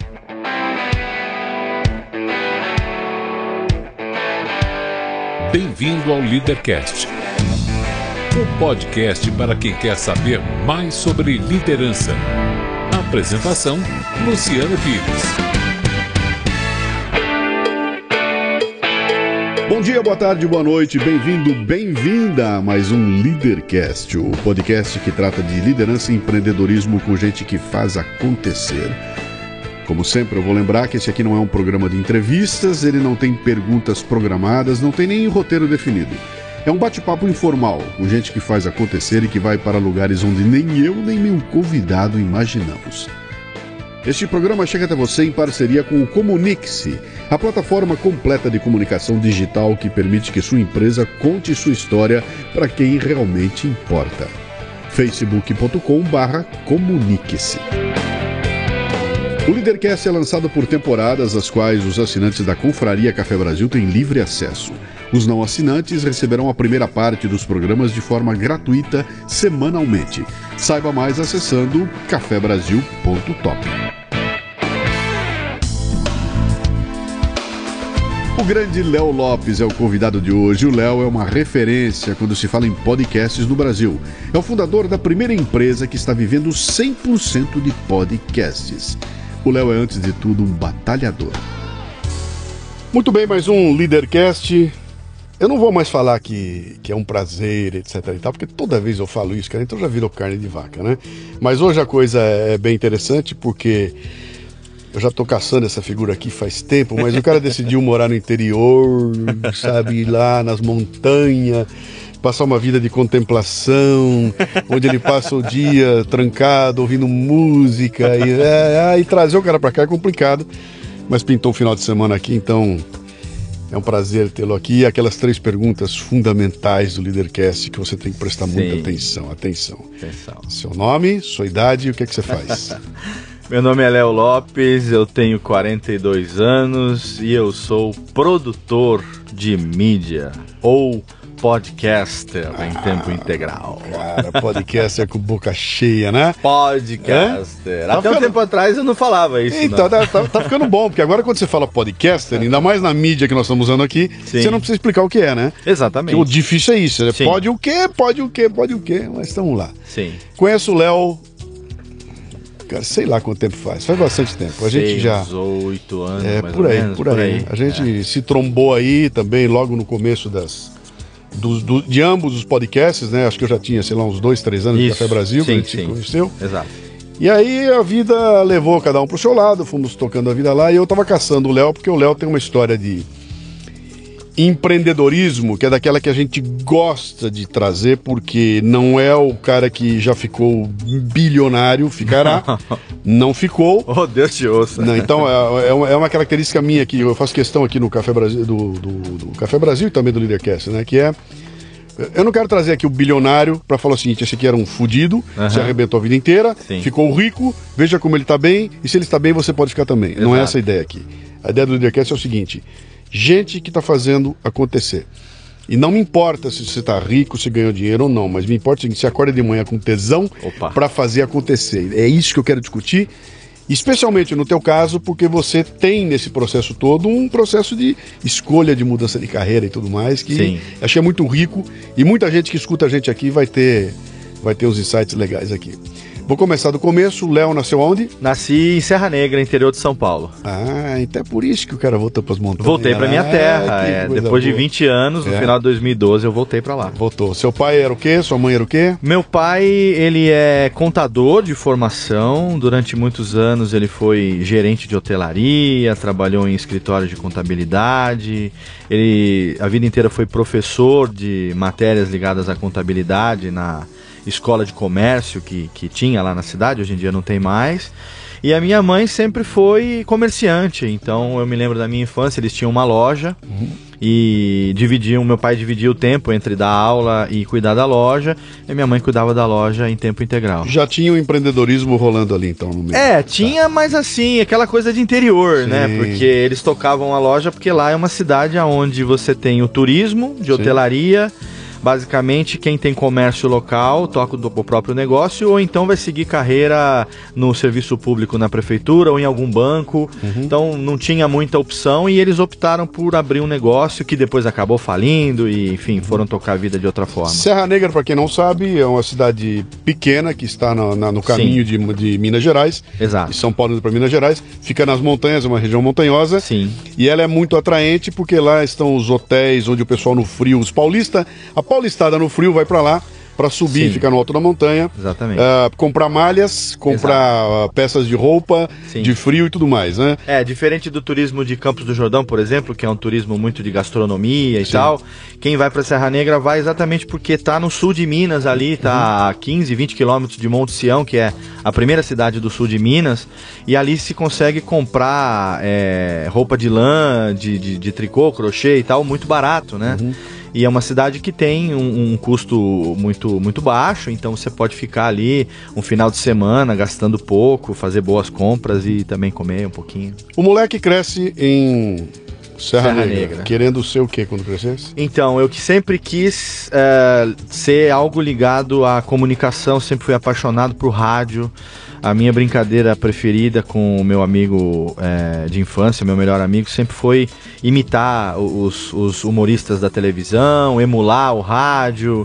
Bem-vindo ao Leadercast, o podcast para quem quer saber mais sobre liderança. Apresentação: Luciano Pires. Bom dia, boa tarde, boa noite, bem-vindo, bem-vinda a mais um Leadercast, o podcast que trata de liderança e empreendedorismo com gente que faz acontecer. Como sempre, eu vou lembrar que esse aqui não é um programa de entrevistas, ele não tem perguntas programadas, não tem nem roteiro definido. É um bate-papo informal, com gente que faz acontecer e que vai para lugares onde nem eu nem meu convidado imaginamos. Este programa chega até você em parceria com o Comunique-se, a plataforma completa de comunicação digital que permite que sua empresa conte sua história para quem realmente importa. facebook.com/comunique-se. O Leadercast é lançado por temporadas, às quais os assinantes da Confraria Café Brasil têm livre acesso. Os não assinantes receberão a primeira parte dos programas de forma gratuita semanalmente. Saiba mais acessando cafebrasil.top. O grande Léo Lopes é o convidado de hoje. O Léo é uma referência quando se fala em podcasts no Brasil. É o fundador da primeira empresa que está vivendo 100% de podcasts. O Léo é, antes de tudo, um batalhador. Muito bem, mais um Leadercast. Eu não vou mais falar que é um prazer, etc e tal, porque toda vez eu falo isso, cara, então já virou carne de vaca, né? Mas hoje a coisa é bem interessante, porque eu já tô caçando essa figura aqui faz tempo, mas o cara decidiu morar no interior, sabe, ir lá nas montanhas, passar uma vida de contemplação, onde ele passa o dia trancado, ouvindo música, e trazer o cara pra cá é complicado, mas pintou um final de semana aqui, então é um prazer tê-lo aqui. Aquelas 3 perguntas fundamentais do Leadercast que você tem que prestar muita atenção. Atenção. Seu nome, sua idade e o que é que você faz? Meu nome é Léo Lopes, eu tenho 42 anos e eu sou produtor de mídia, ou podcaster em tempo integral. Cara, podcaster com boca cheia, né? Podcaster. Até um tempo atrás eu não falava isso. Então, tá ficando bom, porque agora quando você fala podcaster, ainda mais na mídia que nós estamos usando aqui, você não precisa explicar o que é, né? Exatamente. Porque o difícil é isso, né? Pode o quê, mas estamos lá. Sim. Conheço o Léo, cara, sei lá quanto tempo faz bastante tempo. A gente já... 8 anos, mais por ou aí, menos. Por aí. A gente se trombou aí também logo no começo de ambos os podcasts, né? Acho que eu já tinha, sei lá, uns 2, 3 anos de Café Brasil, que a gente se conheceu. Exato. E aí a vida levou cada um pro seu lado, fomos tocando a vida lá, e eu tava caçando o Léo, porque o Léo tem uma história de empreendedorismo, que é daquela que a gente gosta de trazer, porque não é o cara que já ficou bilionário, ficará, não ficou. Oh, Deus te ouça. Não, então é uma característica minha que eu faço questão aqui no Café Brasil, do Café Brasil e também do Leadercast, né, que é, eu não quero trazer aqui o bilionário para falar o seguinte: esse aqui era um fudido, se arrebentou a vida inteira, ficou rico, veja como ele tá bem, e se ele está bem, você pode ficar também. Exato. Não é essa a ideia aqui. A ideia do Leadercast é o seguinte: gente que está fazendo acontecer. E não me importa se você está rico, se ganhou dinheiro ou não, mas me importa o seguinte: você acorda de manhã com tesão para fazer acontecer. É isso que eu quero discutir, especialmente no teu caso, porque você tem nesse processo todo um processo de escolha de mudança de carreira e tudo mais, que achei muito rico, e muita gente que escuta a gente aqui vai ter uns insights legais aqui. Vou começar do começo. O Léo nasceu onde? Nasci em Serra Negra, interior de São Paulo. Ah, então é por isso que o cara voltou para as montanhas. Voltei para minha terra. Depois de 20 anos, no final de 2012, eu voltei para lá. Voltou. Seu pai era o quê? Sua mãe era o quê? Meu pai, ele é contador de formação. Durante muitos anos ele foi gerente de hotelaria, trabalhou em escritório de contabilidade. Ele, a vida inteira, foi professor de matérias ligadas à contabilidade na escola de comércio que tinha lá na cidade, hoje em dia não tem mais. E a minha mãe sempre foi comerciante, então eu me lembro da minha infância, eles tinham uma loja e meu pai dividia o tempo entre dar aula e cuidar da loja, e minha mãe cuidava da loja em tempo integral. Já tinha o empreendedorismo rolando ali, então, no meio? Tinha, mas assim, aquela coisa de interior, né? Porque eles tocavam a loja porque lá é uma cidade onde você tem o turismo de hotelaria, basicamente quem tem comércio local toca o próprio negócio, ou então vai seguir carreira no serviço público na prefeitura ou em algum banco. Então não tinha muita opção e eles optaram por abrir um negócio que depois acabou falindo e, enfim, foram tocar a vida de outra forma. Serra Negra, para quem não sabe, é uma cidade pequena que está no caminho de Minas Gerais. Exato. De São Paulo para Minas Gerais. Fica nas montanhas, uma região montanhosa. Sim. E ela é muito atraente porque lá estão os hotéis onde o pessoal no frio, os paulistas, a paulistada no frio vai para lá para subir, Sim. ficar no alto da montanha. Exatamente. Comprar malhas, comprar peças de roupa, Sim. de frio e tudo mais, né? Diferente do turismo de Campos do Jordão, por exemplo, que é um turismo muito de gastronomia e Sim. tal, quem vai para Serra Negra vai exatamente porque tá no sul de Minas ali, tá a 15, 20 quilômetros de Monte Sião, que é a primeira cidade do sul de Minas, e ali se consegue comprar roupa de lã, de tricô, crochê e tal, muito barato, né? E é uma cidade que tem um custo muito, muito baixo, então você pode ficar ali um final de semana gastando pouco, fazer boas compras e também comer um pouquinho. O moleque cresce em Serra Negra. Querendo ser o quê quando crescesse? Então, eu que sempre quis ser algo ligado à comunicação, sempre fui apaixonado por rádio. A minha brincadeira preferida com o meu amigo de infância, meu melhor amigo, sempre foi imitar os humoristas da televisão, emular o rádio,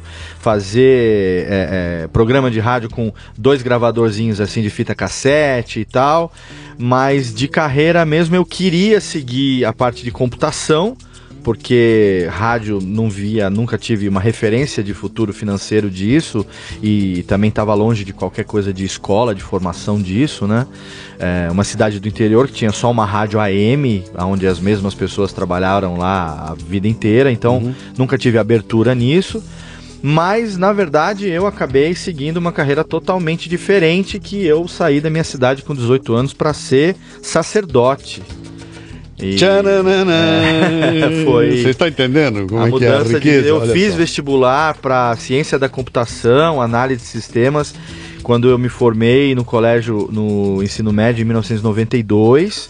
fazer programa de rádio com 2 gravadorzinhos assim de fita cassete e tal. Mas de carreira mesmo eu queria seguir a parte de computação, porque rádio nunca tive uma referência de futuro financeiro disso e também estava longe de qualquer coisa de escola, de formação disso, né? Uma cidade do interior que tinha só uma rádio AM, onde as mesmas pessoas trabalharam lá a vida inteira, então nunca tive abertura nisso. Mas, na verdade, eu acabei seguindo uma carreira totalmente diferente, que eu saí da minha cidade com 18 anos para ser sacerdote. Foi. Você está entendendo como é que é a riqueza? Eu fiz vestibular para ciência da computação, análise de sistemas, quando eu me formei no colégio, no ensino médio em 1992.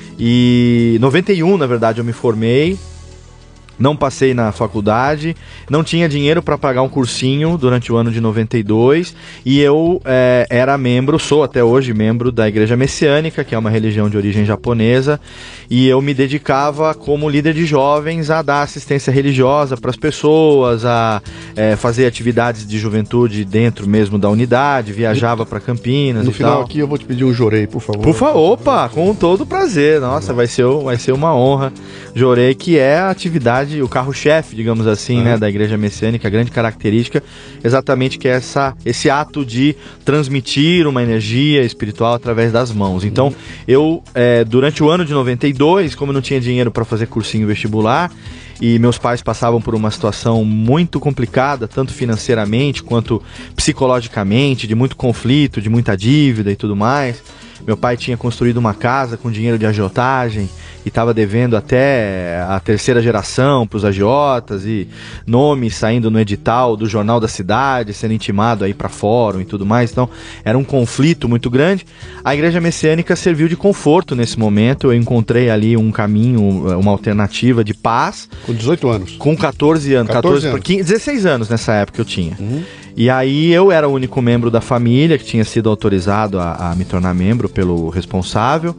E 91, na verdade, eu me formei. Não passei na faculdade, não tinha dinheiro para pagar um cursinho durante o ano de 92 e eu sou até hoje membro da Igreja Messiânica, que é uma religião de origem japonesa, e eu me dedicava como líder de jovens a dar assistência religiosa para as pessoas, a fazer atividades de juventude dentro mesmo da unidade, viajava para Campinas. No final aqui eu vou te pedir um jorei, por favor. Por favor, opa, com todo prazer, nossa, vai ser uma honra. Jorei, que é a atividade, o carro-chefe, digamos assim, né, da Igreja Messiânica, a grande característica, exatamente que é esse ato de transmitir uma energia espiritual através das mãos. Então, eu, durante o ano de 92, como eu não tinha dinheiro para fazer cursinho vestibular, e meus pais passavam por uma situação muito complicada, tanto financeiramente quanto psicologicamente, de muito conflito, de muita dívida e tudo mais. Meu pai tinha construído uma casa com dinheiro de agiotagem e estava devendo até a 3ª geração para os agiotas, e nomes saindo no edital do Jornal da Cidade, sendo intimado aí para fórum e tudo mais. Então era um conflito muito grande. A Igreja Messiânica serviu de conforto nesse momento. Eu encontrei ali um caminho, uma alternativa de paz. Com 18 anos? Com 14 anos. 16 anos nessa época eu tinha. E aí eu era o único membro da família que tinha sido autorizado a me tornar membro pelo responsável.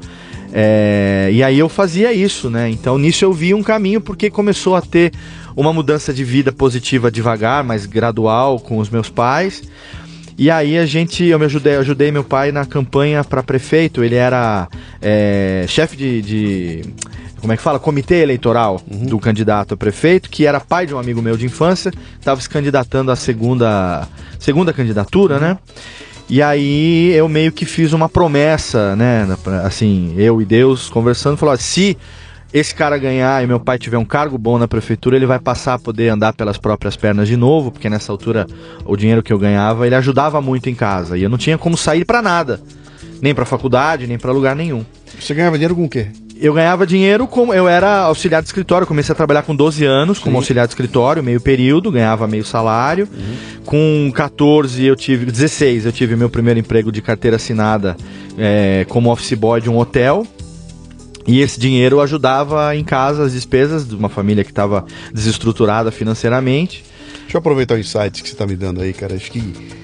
E aí eu fazia isso, né? Então nisso eu vi um caminho, porque começou a ter uma mudança de vida positiva devagar, mas gradual, com os meus pais. E aí eu ajudei meu pai na campanha para prefeito. Ele era chefe de como é que fala? Comitê eleitoral do candidato a prefeito, que era pai de um amigo meu de infância, estava se candidatando à segunda candidatura, né? E aí eu meio que fiz uma promessa, né? Assim, eu e Deus conversando, falou: se esse cara ganhar e meu pai tiver um cargo bom na prefeitura, ele vai passar a poder andar pelas próprias pernas de novo, porque nessa altura o dinheiro que eu ganhava, ele ajudava muito em casa, e eu não tinha como sair para nada, nem para faculdade, nem para lugar nenhum. Você ganhava dinheiro com o quê? Eu ganhava dinheiro como eu era auxiliar de escritório. Comecei a trabalhar com 12 anos como auxiliar de escritório, meio período, ganhava meio salário. Com 16 eu tive meu primeiro emprego de carteira assinada como office boy de um hotel. E esse dinheiro ajudava em casa as despesas de uma família que estava desestruturada financeiramente. Deixa eu aproveitar o insight que você está me dando aí, cara. Acho que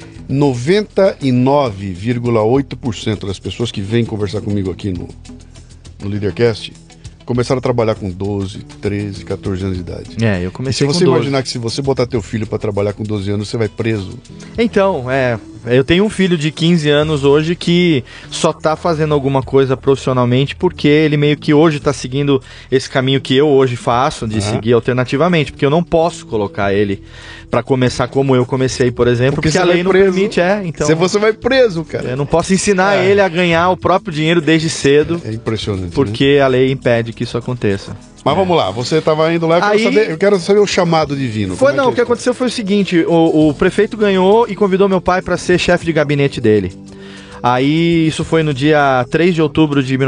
99,8% das pessoas que vêm conversar comigo aqui no Leadercast começaram a trabalhar com 12, 13, 14 anos de idade. Eu comecei com 12. Se você imaginar que se você botar teu filho para trabalhar com 12 anos, você vai preso. Então, eu tenho um filho de 15 anos hoje que só tá fazendo alguma coisa profissionalmente porque ele meio que hoje tá seguindo esse caminho que eu hoje faço, de seguir alternativamente, porque eu não posso colocar ele para começar como eu comecei, por exemplo, porque a lei não permite, então... Você vai preso, cara. Eu não posso ensinar ele a ganhar o próprio dinheiro desde cedo. É impressionante, porque a lei impede que isso aconteça. Mas vamos lá, você estava indo lá, eu quero saber o chamado divino. O que aconteceu foi o seguinte, o prefeito ganhou e convidou meu pai para ser chefe de gabinete dele. Aí isso foi no dia 3 de outubro de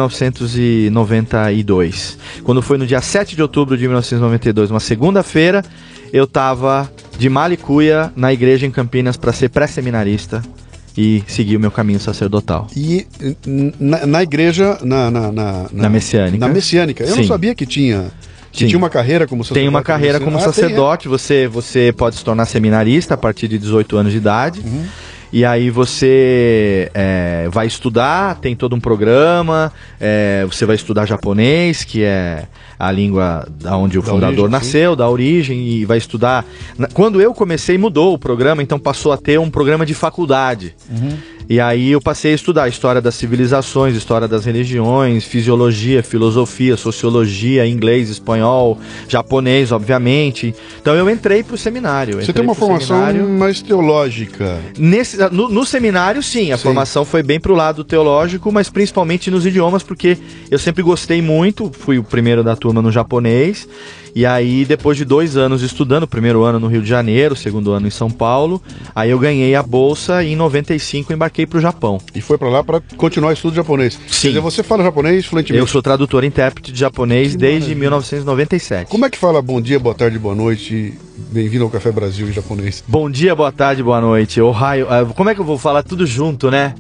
1992. Quando foi no dia 7 de outubro de 1992, uma segunda-feira, eu estava de mala e cuia na igreja em Campinas para ser pré-seminarista e seguir o meu caminho sacerdotal. E na igreja, na Messiânica. Na Messiânica. Eu não sabia que tinha uma carreira como sacerdote. Tem uma carreira como sacerdote. Você pode se tornar seminarista a partir de 18 anos de idade. E aí você vai estudar, tem todo um programa, você vai estudar japonês, que é a língua onde o fundador nasceu, da origem, e vai estudar... Quando eu comecei, mudou o programa, então passou a ter um programa de faculdade. E aí eu passei a estudar história das civilizações, história das religiões, fisiologia, filosofia, sociologia, inglês, espanhol, japonês, obviamente. Então eu entrei pro seminário. Você tem uma formação mais teológica. No seminário, sim, a formação foi bem pro lado teológico, mas principalmente nos idiomas, porque eu sempre gostei muito, fui o primeiro da turma no japonês. E aí, depois de 2 anos estudando, primeiro ano no Rio de Janeiro, segundo ano em São Paulo, aí eu ganhei a bolsa e em 95 embarquei para o Japão. E foi para lá para continuar o estudo japonês? Sim. Quer dizer, você fala japonês fluentemente? Eu sou tradutor e intérprete de japonês desde 1997. Como é que fala bom dia, boa tarde, boa noite? Bem-vindo ao Café Brasil em japonês. Bom dia, boa tarde, boa noite. Ohayou. Como é que eu vou falar tudo junto, né?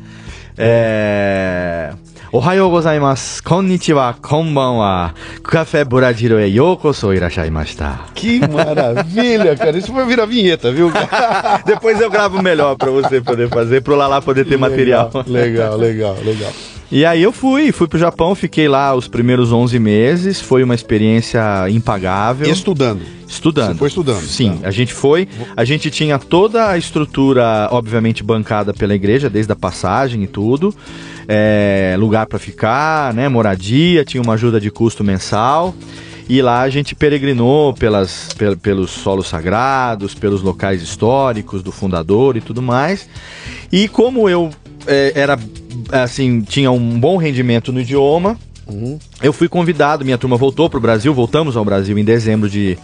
Ohayou gozaimasu, konnichiwa, konbanwa, Café Brasil e yokoso irashaimashita. Que maravilha, cara. Isso vai virar vinheta, viu? Depois eu gravo melhor pra você poder fazer, pro Lala poder ter material. Legal. E aí eu fui pro Japão, fiquei lá os primeiros 11 meses, foi uma experiência impagável. Estudando. Você foi estudando. Sim, tá. A gente tinha toda a estrutura, obviamente, bancada pela igreja, desde a passagem e tudo, lugar para ficar, né, moradia, tinha uma ajuda de custo mensal, e lá a gente peregrinou pelos solos sagrados, pelos locais históricos do fundador e tudo mais, e como eu tinha um bom rendimento no idioma, eu fui convidado, minha turma voltou para o Brasil, voltamos ao Brasil em dezembro de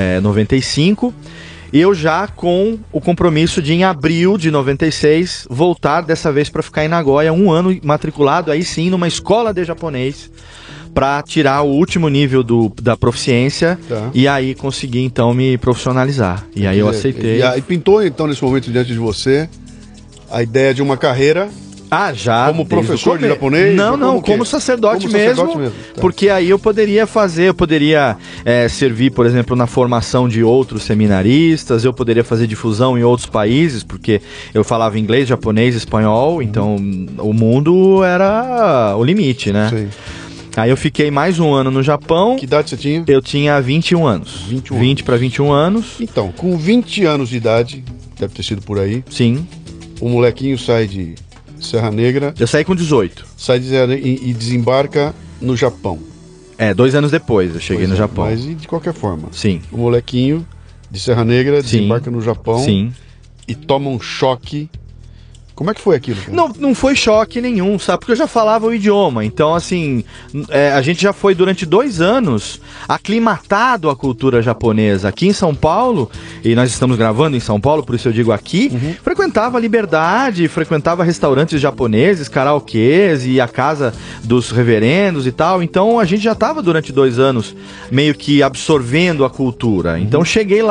95, eu já com o compromisso de em abril de 96 voltar dessa vez para ficar em Nagoya, 1 ano matriculado aí sim numa escola de japonês para tirar o último nível da proficiência, e aí consegui então me profissionalizar, e aí eu aceitei. E aí pintou então nesse momento diante de você a ideia de uma carreira... já. Como professor de japonês? Não, como sacerdote mesmo. Tá. Porque aí eu poderia servir, por exemplo, na formação de outros seminaristas, eu poderia fazer difusão em outros países, porque eu falava inglês, japonês, espanhol, então o mundo era o limite, né? Sim. Aí eu fiquei mais 1 ano no Japão. Que idade você tinha? Eu tinha 21 anos. 20 para 21 anos. Então, com 20 anos de idade, deve ter sido por aí. Sim. O molequinho sai de Serra Negra. Eu saí com 18. Sai de Serra Negra e desembarca no Japão. 2 anos depois eu cheguei no Japão. Mas de qualquer forma. Sim. O molequinho de Serra Negra desembarca no Japão. Sim. E toma um choque. Como é que foi aquilo? Não foi choque nenhum, sabe? Porque eu já falava o idioma. Então, assim, a gente já foi durante 2 anos aclimatado à cultura japonesa. Aqui em São Paulo, e nós estamos gravando em São Paulo, por isso eu digo aqui, frequentava a Liberdade, frequentava restaurantes japoneses, karaokês e a casa dos reverendos e tal. Então, a gente já estava durante 2 anos meio que absorvendo a cultura. Então, cheguei lá,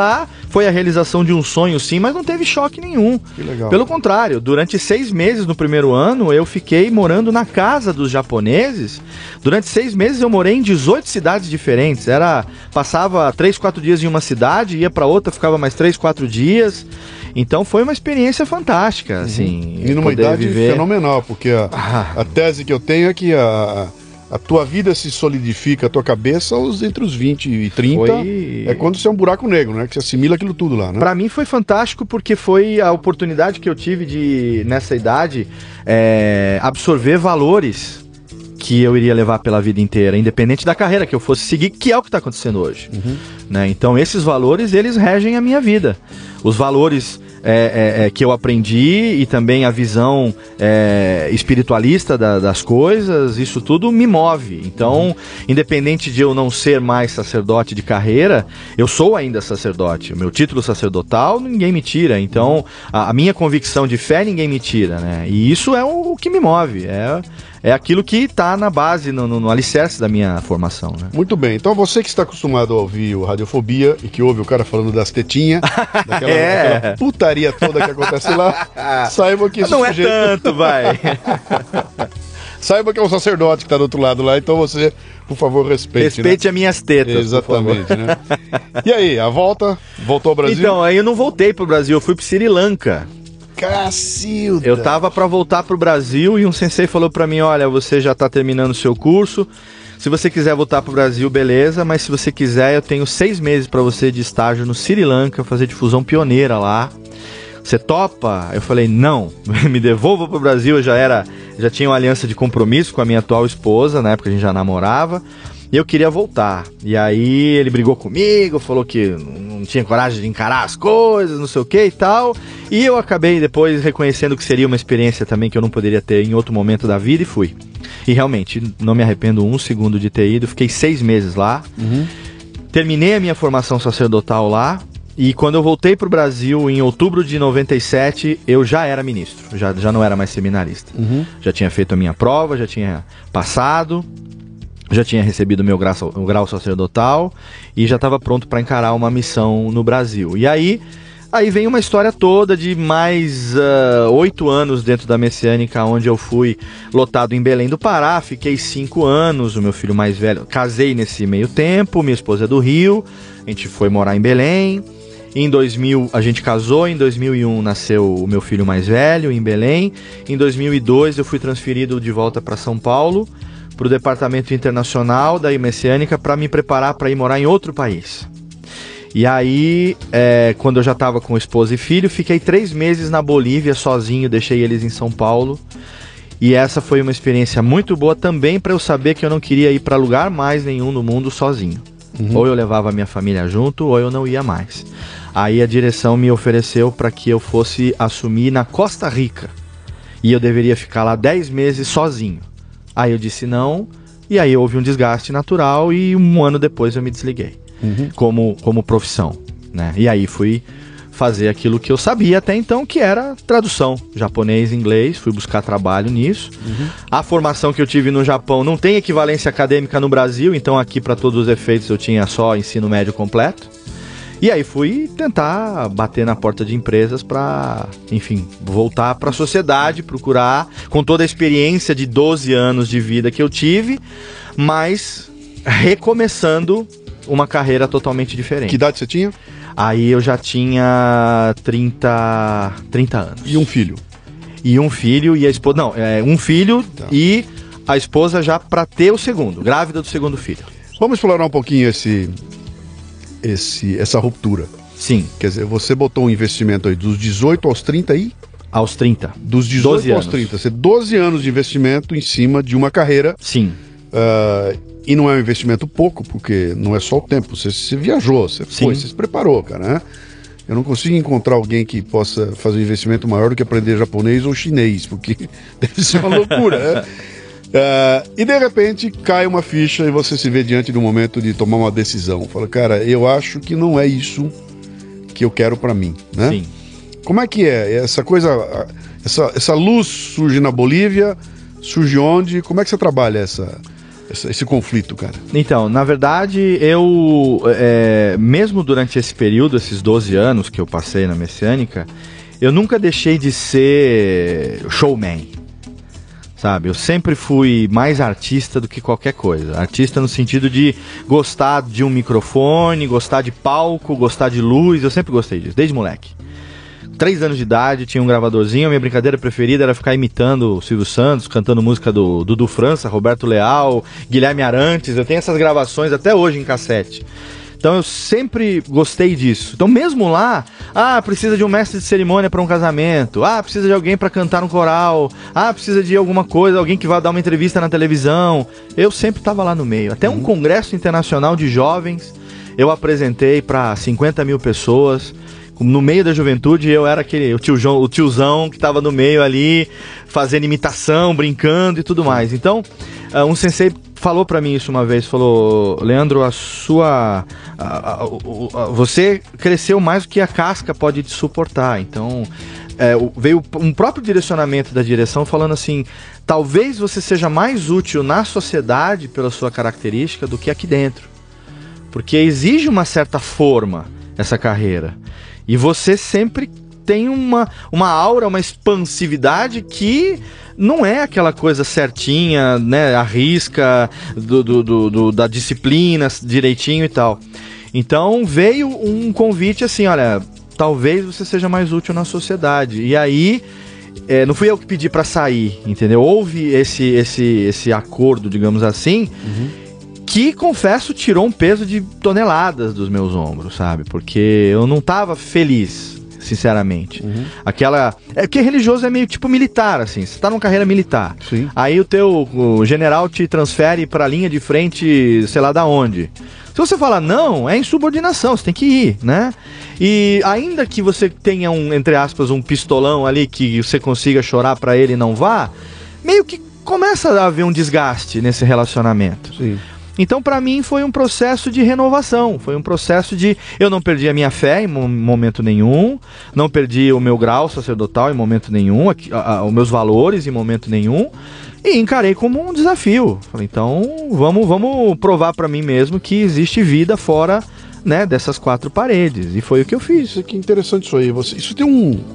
foi a realização de um sonho, sim, mas não teve choque nenhum. Que legal. Pelo contrário, durante 6 meses no primeiro ano, eu fiquei morando na casa dos japoneses. Durante 6 meses eu morei em 18 cidades diferentes. Passava 3, 4 dias em uma cidade, ia para outra, ficava mais 3, 4 dias. Então foi uma experiência fantástica, assim. E numa idade fenomenal, porque a tese que eu tenho é que a tua vida se solidifica, a tua cabeça, entre os 20 e 30, é quando você é um buraco negro, né? Que você assimila aquilo tudo lá, né? Pra mim foi fantástico porque foi a oportunidade que eu tive de, nessa idade, absorver valores que eu iria levar pela vida inteira, independente da carreira que eu fosse seguir, que é o que está acontecendo hoje. Né? Então esses valores, eles regem a minha vida. Os valores que eu aprendi e também a visão espiritualista das coisas, isso tudo me move. Então, independente de eu não ser mais sacerdote de carreira, eu sou ainda sacerdote. O meu título sacerdotal, ninguém me tira. Então, a minha convicção de fé, ninguém me tira. Né? E isso é o que me move. É aquilo que está na base, no alicerce da minha formação. Né? Muito bem. Então, você que está acostumado a ouvir o Radiofobia e que ouve o cara falando das tetinhas, daquela putaria toda que acontece lá, saiba que esse não sujeito... é tanto, vai. Saiba que é um sacerdote que está do outro lado lá, então você, por favor, respeite. Respeite, né? As minhas tetas. Exatamente, né? E aí, a volta? Voltou ao Brasil? Então, aí eu não voltei pro Brasil, eu fui pro Sri Lanka. Cacilda! Eu tava para voltar pro Brasil e um sensei falou para mim, olha, você já tá terminando o seu curso, se você quiser voltar pro Brasil, beleza, mas se você quiser, eu tenho 6 meses para você de estágio no Sri Lanka, fazer difusão pioneira lá. Você topa? Eu falei, não, me devolva pro Brasil, eu já tinha uma aliança de compromisso com a minha atual esposa, na época a gente já namorava, e eu queria voltar. E aí ele brigou comigo, falou que não tinha coragem de encarar as coisas, não sei o que e tal, e eu acabei depois reconhecendo que seria uma experiência também que eu não poderia ter em outro momento da vida e fui. E realmente, não me arrependo um segundo de ter ido, fiquei 6 meses lá, terminei a minha formação sacerdotal lá, e quando eu voltei para o Brasil, em outubro de 97, eu já era ministro, já não era mais seminarista. Já tinha feito a minha prova, já tinha passado, já tinha recebido o meu grau sacerdotal e já estava pronto para encarar uma missão no Brasil. E aí vem uma história toda de mais 8 anos dentro da Messiânica, onde eu fui lotado em Belém do Pará, fiquei 5 anos, o meu filho mais velho, casei nesse meio tempo, minha esposa é do Rio, a gente foi morar em Belém. Em 2000 a gente casou, em 2001 nasceu o meu filho mais velho em Belém. Em 2002 eu fui transferido de volta para São Paulo, para o departamento internacional da Messiânica, para me preparar para ir morar em outro país. E aí, quando eu já estava com esposa e filho, fiquei 3 meses na Bolívia sozinho, deixei eles em São Paulo. E essa foi uma experiência muito boa também para eu saber que eu não queria ir para lugar mais nenhum no mundo sozinho. Ou eu levava a minha família junto, ou eu não ia mais. Aí a direção me ofereceu para que eu fosse assumir na Costa Rica. E eu deveria ficar lá 10 meses sozinho. Aí eu disse não, e aí houve um desgaste natural e 1 ano depois eu me desliguei. Como profissão, né? E aí fui fazer aquilo que eu sabia até então, que era tradução, japonês, inglês, fui buscar trabalho nisso. A formação que eu tive no Japão não tem equivalência acadêmica no Brasil, então aqui para todos os efeitos eu tinha só ensino médio completo. E aí fui tentar bater na porta de empresas para, enfim, voltar para a sociedade, procurar, com toda a experiência de 12 anos de vida que eu tive, mas recomeçando uma carreira totalmente diferente. Que idade você tinha? Aí eu já tinha 30 anos. E um filho? E um filho e a esposa... Não, um filho e a esposa já para ter o segundo, grávida do segundo filho. Vamos explorar um pouquinho essa ruptura. Sim. Quer dizer, você botou um investimento aí dos 18 aos 30 aí? Aos 30. Dos 18 aos 30. Você 12 anos de investimento em cima de uma carreira. Sim. E não é um investimento pouco, porque não é só o tempo. Você viajou, você foi, você se preparou, cara, né? Eu não consigo encontrar alguém que possa fazer um investimento maior do que aprender japonês ou chinês, porque deve ser uma loucura, né? E de repente cai uma ficha e você se vê diante de um momento de tomar uma decisão. Fala, cara, eu acho que não é isso que eu quero pra mim, né? Sim. Como é que é? Essa coisa, essa luz surge na Bolívia, surge onde? Como é que você trabalha esse conflito, cara? Então, na verdade, eu, mesmo durante esse período, esses 12 anos que eu passei na Messiânica, eu nunca deixei de ser showman, sabe? Eu sempre fui mais artista do que qualquer coisa. Artista no sentido de gostar de um microfone, gostar de palco, gostar de luz, eu sempre gostei disso, desde moleque. 3 anos de idade, tinha um gravadorzinho, a minha brincadeira preferida era ficar imitando o Silvio Santos, cantando música do Dudu França, Roberto Leal, Guilherme Arantes. Eu tenho essas gravações até hoje em cassete. Então eu sempre gostei disso. Então mesmo lá, precisa de um mestre de cerimônia para um casamento, precisa de alguém para cantar no coral, precisa de alguma coisa, alguém que vá dar uma entrevista na televisão. Eu sempre estava lá no meio. Até um congresso internacional de jovens, eu apresentei para 50 mil pessoas. No meio da juventude, eu era o tiozão que estava no meio ali, fazendo imitação, brincando e tudo mais. Então, um sensei falou para mim isso uma vez, falou: Leandro, você cresceu mais do que a casca pode te suportar. Então, veio um próprio direcionamento da direção falando assim: talvez você seja mais útil na sociedade pela sua característica do que aqui dentro. Porque exige uma certa forma essa carreira. E você sempre tem uma aura, uma expansividade que não é aquela coisa certinha, né, a risca da disciplina direitinho e tal. Então veio um convite assim, olha, talvez você seja mais útil na sociedade. E aí, não fui eu que pedi para sair, entendeu? Houve esse acordo, digamos assim, que, confesso, tirou um peso de toneladas dos meus ombros, sabe? Porque eu não tava feliz, sinceramente. Porque religioso é meio tipo militar, assim. Você tá numa carreira militar. Sim. Aí o general te transfere pra linha de frente, sei lá da onde. Se você falar não, é insubordinação, você tem que ir, né? E ainda que você tenha entre aspas, um pistolão ali que você consiga chorar pra ele e não vá, meio que começa a haver um desgaste nesse relacionamento. Sim. Então, para mim, foi um processo de renovação, foi um processo de... Eu não perdi a minha fé em momento nenhum, não perdi o meu grau sacerdotal em momento nenhum, os meus valores em momento nenhum, e encarei como um desafio. Falei, então, vamos provar para mim mesmo que existe vida fora, né, dessas 4 paredes, e foi o que eu fiz. Isso aqui é interessante isso aí. Isso tem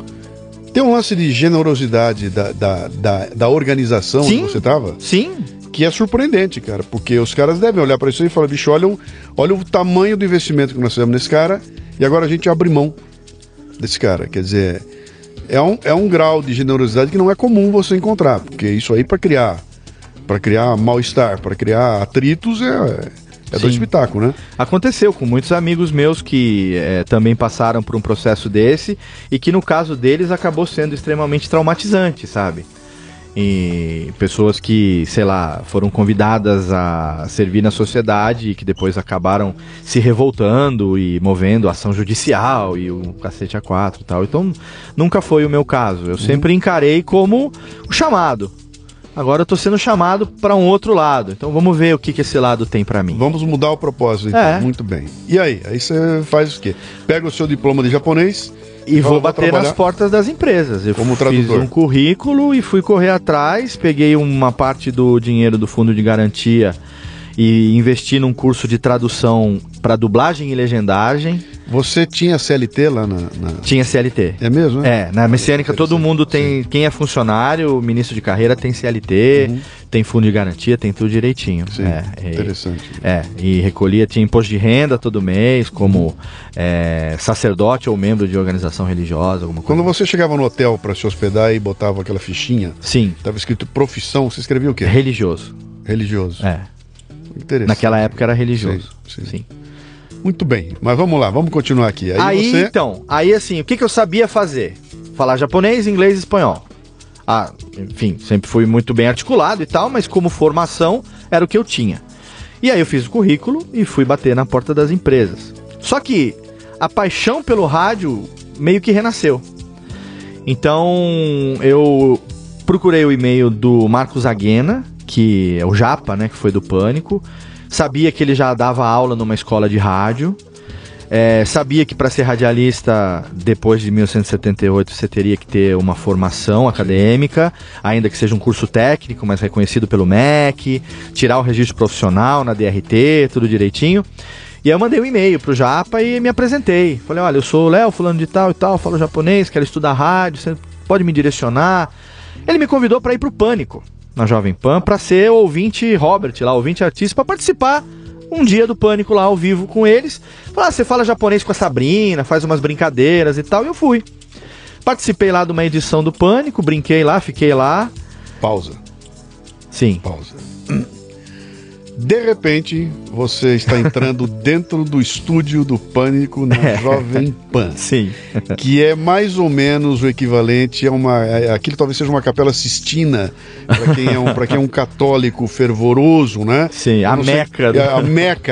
um lance de generosidade da organização Sim, onde você estava? Sim. Que é surpreendente, cara, porque os caras devem olhar para isso aí e falar, bicho, olha o tamanho do investimento que nós fizemos nesse cara e agora a gente abre mão desse cara. Quer dizer, é um grau de generosidade que não é comum você encontrar, porque isso aí para criar mal-estar, para criar atritos é do espetáculo, né? Aconteceu com muitos amigos meus que também passaram por um processo desse e que no caso deles acabou sendo extremamente traumatizante, sabe? E pessoas que, sei lá, foram convidadas a servir na sociedade e que depois acabaram se revoltando e movendo ação judicial e o cacete A4 e tal. Então, nunca foi o meu caso. Eu sempre encarei como o chamado. Agora eu tô sendo chamado para um outro lado. Então vamos ver o que esse lado tem para mim. Vamos mudar o propósito, então. Muito bem. E aí? Aí você faz o quê? Pega o seu diploma de japonês... E vou bater nas portas das empresas. Eu como tradutor. Fiz um currículo e fui correr atrás, peguei uma parte do dinheiro do fundo de garantia e investi num curso de tradução para dublagem e legendagem. Você tinha CLT lá na... Tinha CLT. É mesmo, né? Na Messiânica todo mundo tem... Sim. Quem é funcionário, ministro de carreira tem CLT, tem fundo de garantia, tem tudo direitinho. Sim, interessante. E recolhia, tinha imposto de renda todo mês, como sacerdote ou membro de organização religiosa, alguma coisa. Quando você chegava no hotel para se hospedar e botava aquela fichinha... Sim. Tava escrito profissão, você escrevia o quê? Religioso. Religioso. Interessante. Naquela época era religioso. Sim. Muito bem, mas vamos lá, vamos continuar aqui. Aí assim, o que eu sabia fazer? Falar japonês, inglês e espanhol. Enfim, sempre fui muito bem articulado e tal, mas como formação era o que eu tinha. E aí eu fiz o currículo e fui bater na porta das empresas. Só que a paixão pelo rádio meio que renasceu. Então eu procurei o e-mail do Marcos Aguena, que é o Japa, né, que foi do Pânico. Sabia que ele já dava aula numa escola de rádio. Sabia que para ser radialista, depois de 1978, você teria que ter uma formação acadêmica, ainda que seja um curso técnico, mas reconhecido pelo MEC, tirar o registro profissional na DRT, tudo direitinho. E aí eu mandei um e-mail pro Japa e me apresentei. Falei, olha, eu sou o Léo, fulano de tal e tal, falo japonês, quero estudar rádio, você pode me direcionar? Ele me convidou para ir pro Pânico, na Jovem Pan, para ser ouvinte Robert lá, ouvinte artista, para participar um dia do Pânico lá ao vivo com eles. Falar, você fala japonês com a Sabrina, faz umas brincadeiras e tal, e eu fui. Participei lá de uma edição do Pânico, brinquei lá, fiquei lá. Pausa. Sim. Pausa. De repente, você está entrando dentro do estúdio do Pânico na Jovem Pan. Sim. Que é mais ou menos o equivalente a aquilo talvez seja uma Capela Sistina, para quem é um católico fervoroso, né? Sim, a Meca. A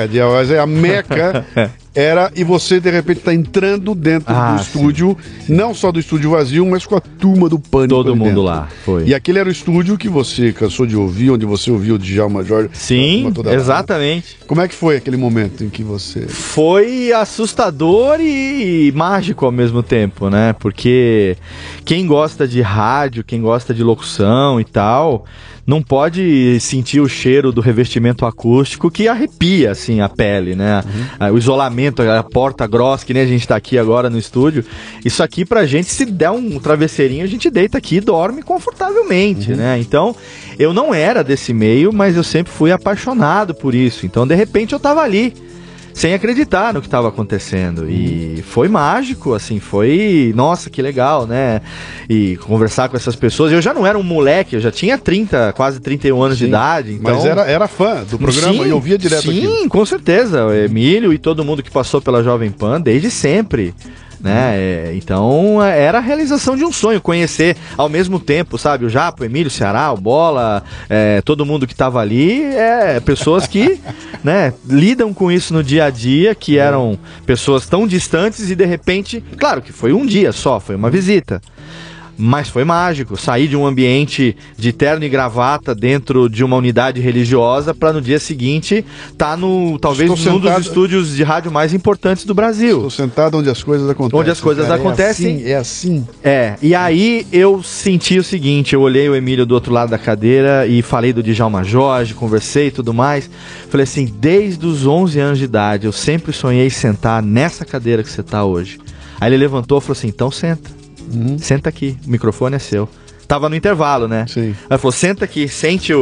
Meca e você de repente está entrando dentro do estúdio, não só do estúdio vazio, mas com a turma do Pânico. Todo mundo dentro. Lá, foi. E aquele era o estúdio que você cansou de ouvir, onde você ouviu o Djalma Jorge. Sim, exatamente. Lá. Como é que foi aquele momento em que você... Foi assustador e mágico ao mesmo tempo, né? Porque quem gosta de rádio, quem gosta de locução e tal, não pode sentir o cheiro do revestimento acústico que arrepia, assim, a pele, né? O isolamento, a porta grossa, que nem a gente tá aqui agora no estúdio. Isso aqui pra gente, se der um travesseirinho, a gente deita aqui e dorme confortavelmente, né? Então, eu não era desse meio, mas eu sempre fui apaixonado por isso. Então, de repente, eu tava ali, sem acreditar no que estava acontecendo. E foi mágico, assim, foi... Nossa, que legal, né? E conversar com essas pessoas. Eu já não era um moleque, eu já tinha 30, quase 31 anos de idade. Então... Mas era fã do programa e ouvia direto aqui. Sim, com certeza. O Emílio e todo mundo que passou pela Jovem Pan desde sempre. Né? Então era a realização de um sonho, conhecer ao mesmo tempo, sabe, o Japa, o Emílio, o Ceará, o Bola, todo mundo que estava ali, pessoas que né, lidam com isso no dia a dia, que eram pessoas tão distantes e de repente, claro que foi um dia só, foi uma visita. Mas foi mágico, sair de um ambiente de terno e gravata dentro de uma unidade religiosa para no dia seguinte estar talvez num dos estúdios de rádio mais importantes do Brasil. Estou sentado onde as coisas acontecem. Onde as coisas acontecem. É assim. E aí eu senti o seguinte, eu olhei o Emílio do outro lado da cadeira e falei do Djalma Jorge, conversei e tudo mais. Falei assim, desde os 11 anos de idade eu sempre sonhei sentar nessa cadeira que você está hoje. Aí ele levantou e falou assim, então senta. Senta aqui, o microfone é seu. Tava no intervalo, né? Sim. Aí falou, senta aqui, sente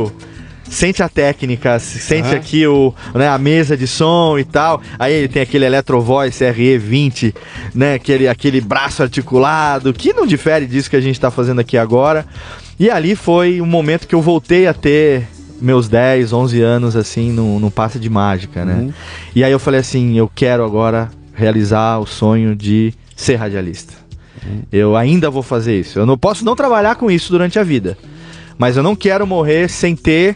a técnica, sente aqui a mesa de som e tal. Aí ele tem aquele Electrovoice RE20, né? Aquele braço articulado, que não difere disso que a gente tá fazendo aqui agora. E ali foi um momento que eu voltei a ter meus 10, 11 anos, assim, num passe de mágica, né? E aí eu falei assim, eu quero agora realizar o sonho de ser radialista. Eu ainda vou fazer isso. Eu não posso não trabalhar com isso durante a vida, mas eu não quero morrer sem ter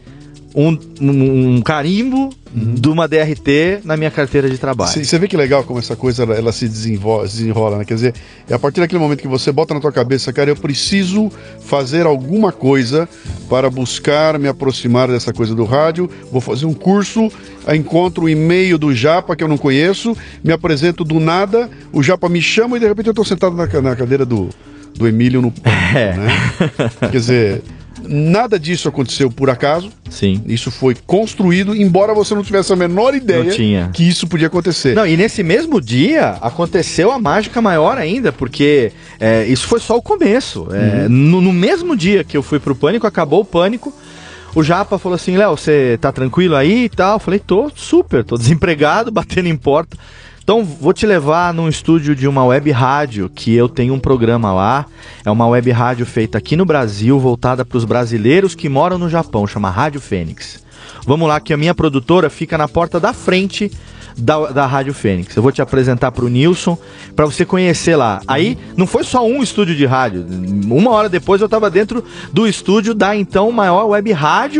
um carimbo de uma DRT na minha carteira de trabalho. Você vê que legal como essa coisa ela se desenrola, né? Quer dizer, é a partir daquele momento que você bota na tua cabeça, cara, eu preciso fazer alguma coisa para buscar me aproximar dessa coisa do rádio, vou fazer um curso, encontro o e-mail do Japa que eu não conheço, me apresento do nada, o Japa me chama e de repente eu estou sentado na cadeira do Emílio no Pânico, né? Quer dizer... Nada disso aconteceu por acaso. Sim. Isso foi construído, embora você não tivesse a menor ideia que isso podia acontecer. Não, e nesse mesmo dia aconteceu a mágica maior ainda, porque isso foi só o começo. No mesmo dia que eu fui pro Pânico, acabou o Pânico, o Japa falou assim, Léo, você tá tranquilo aí e tal? Eu falei, tô desempregado, batendo em porta. Então, vou te levar num estúdio de uma web rádio, que eu tenho um programa lá. É uma web rádio feita aqui no Brasil, voltada para os brasileiros que moram no Japão, chama Rádio Fênix. Vamos lá, que a minha produtora fica na porta da frente da Rádio Fênix. Eu vou te apresentar para o Nilson, para você conhecer lá. Aí, não foi só um estúdio de rádio. Uma hora depois eu estava dentro do estúdio da então maior web rádio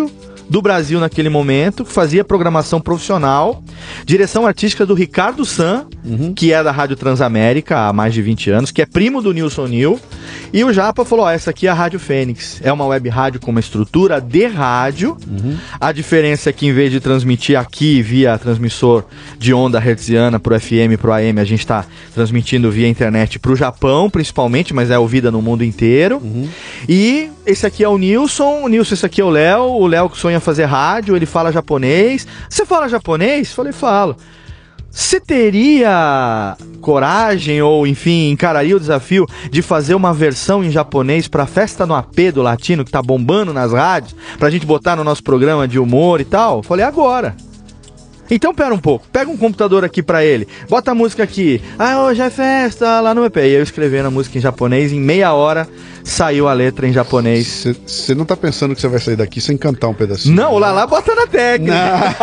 do Brasil naquele momento, fazia programação profissional, direção artística do Ricardo San, que é da Rádio Transamérica há mais de 20 anos, que é primo do Nilson Nil, e o Japa falou, essa aqui é a Rádio Fênix, é uma web rádio com uma estrutura de rádio, a diferença é que em vez de transmitir aqui via transmissor de onda hertziana pro FM, pro AM, a gente está transmitindo via internet pro Japão, principalmente, mas é ouvida no mundo inteiro, e esse aqui é o Nilson, esse aqui é o Léo que sonha fazer rádio, ele fala japonês. Você fala japonês? Falei, falo. Você teria coragem ou, enfim, encararia o desafio de fazer uma versão em japonês pra Festa no AP do Latino, que tá bombando nas rádios, pra gente botar no nosso programa de humor e tal? Falei, agora. Então pera um pouco, pega um computador aqui pra ele, bota a música aqui, hoje é festa lá no EP. E eu escrevendo a música em japonês, em meia hora saiu a letra em japonês. Você não tá pensando que você vai sair daqui sem cantar um pedacinho? Não, o Lala bota na técnica.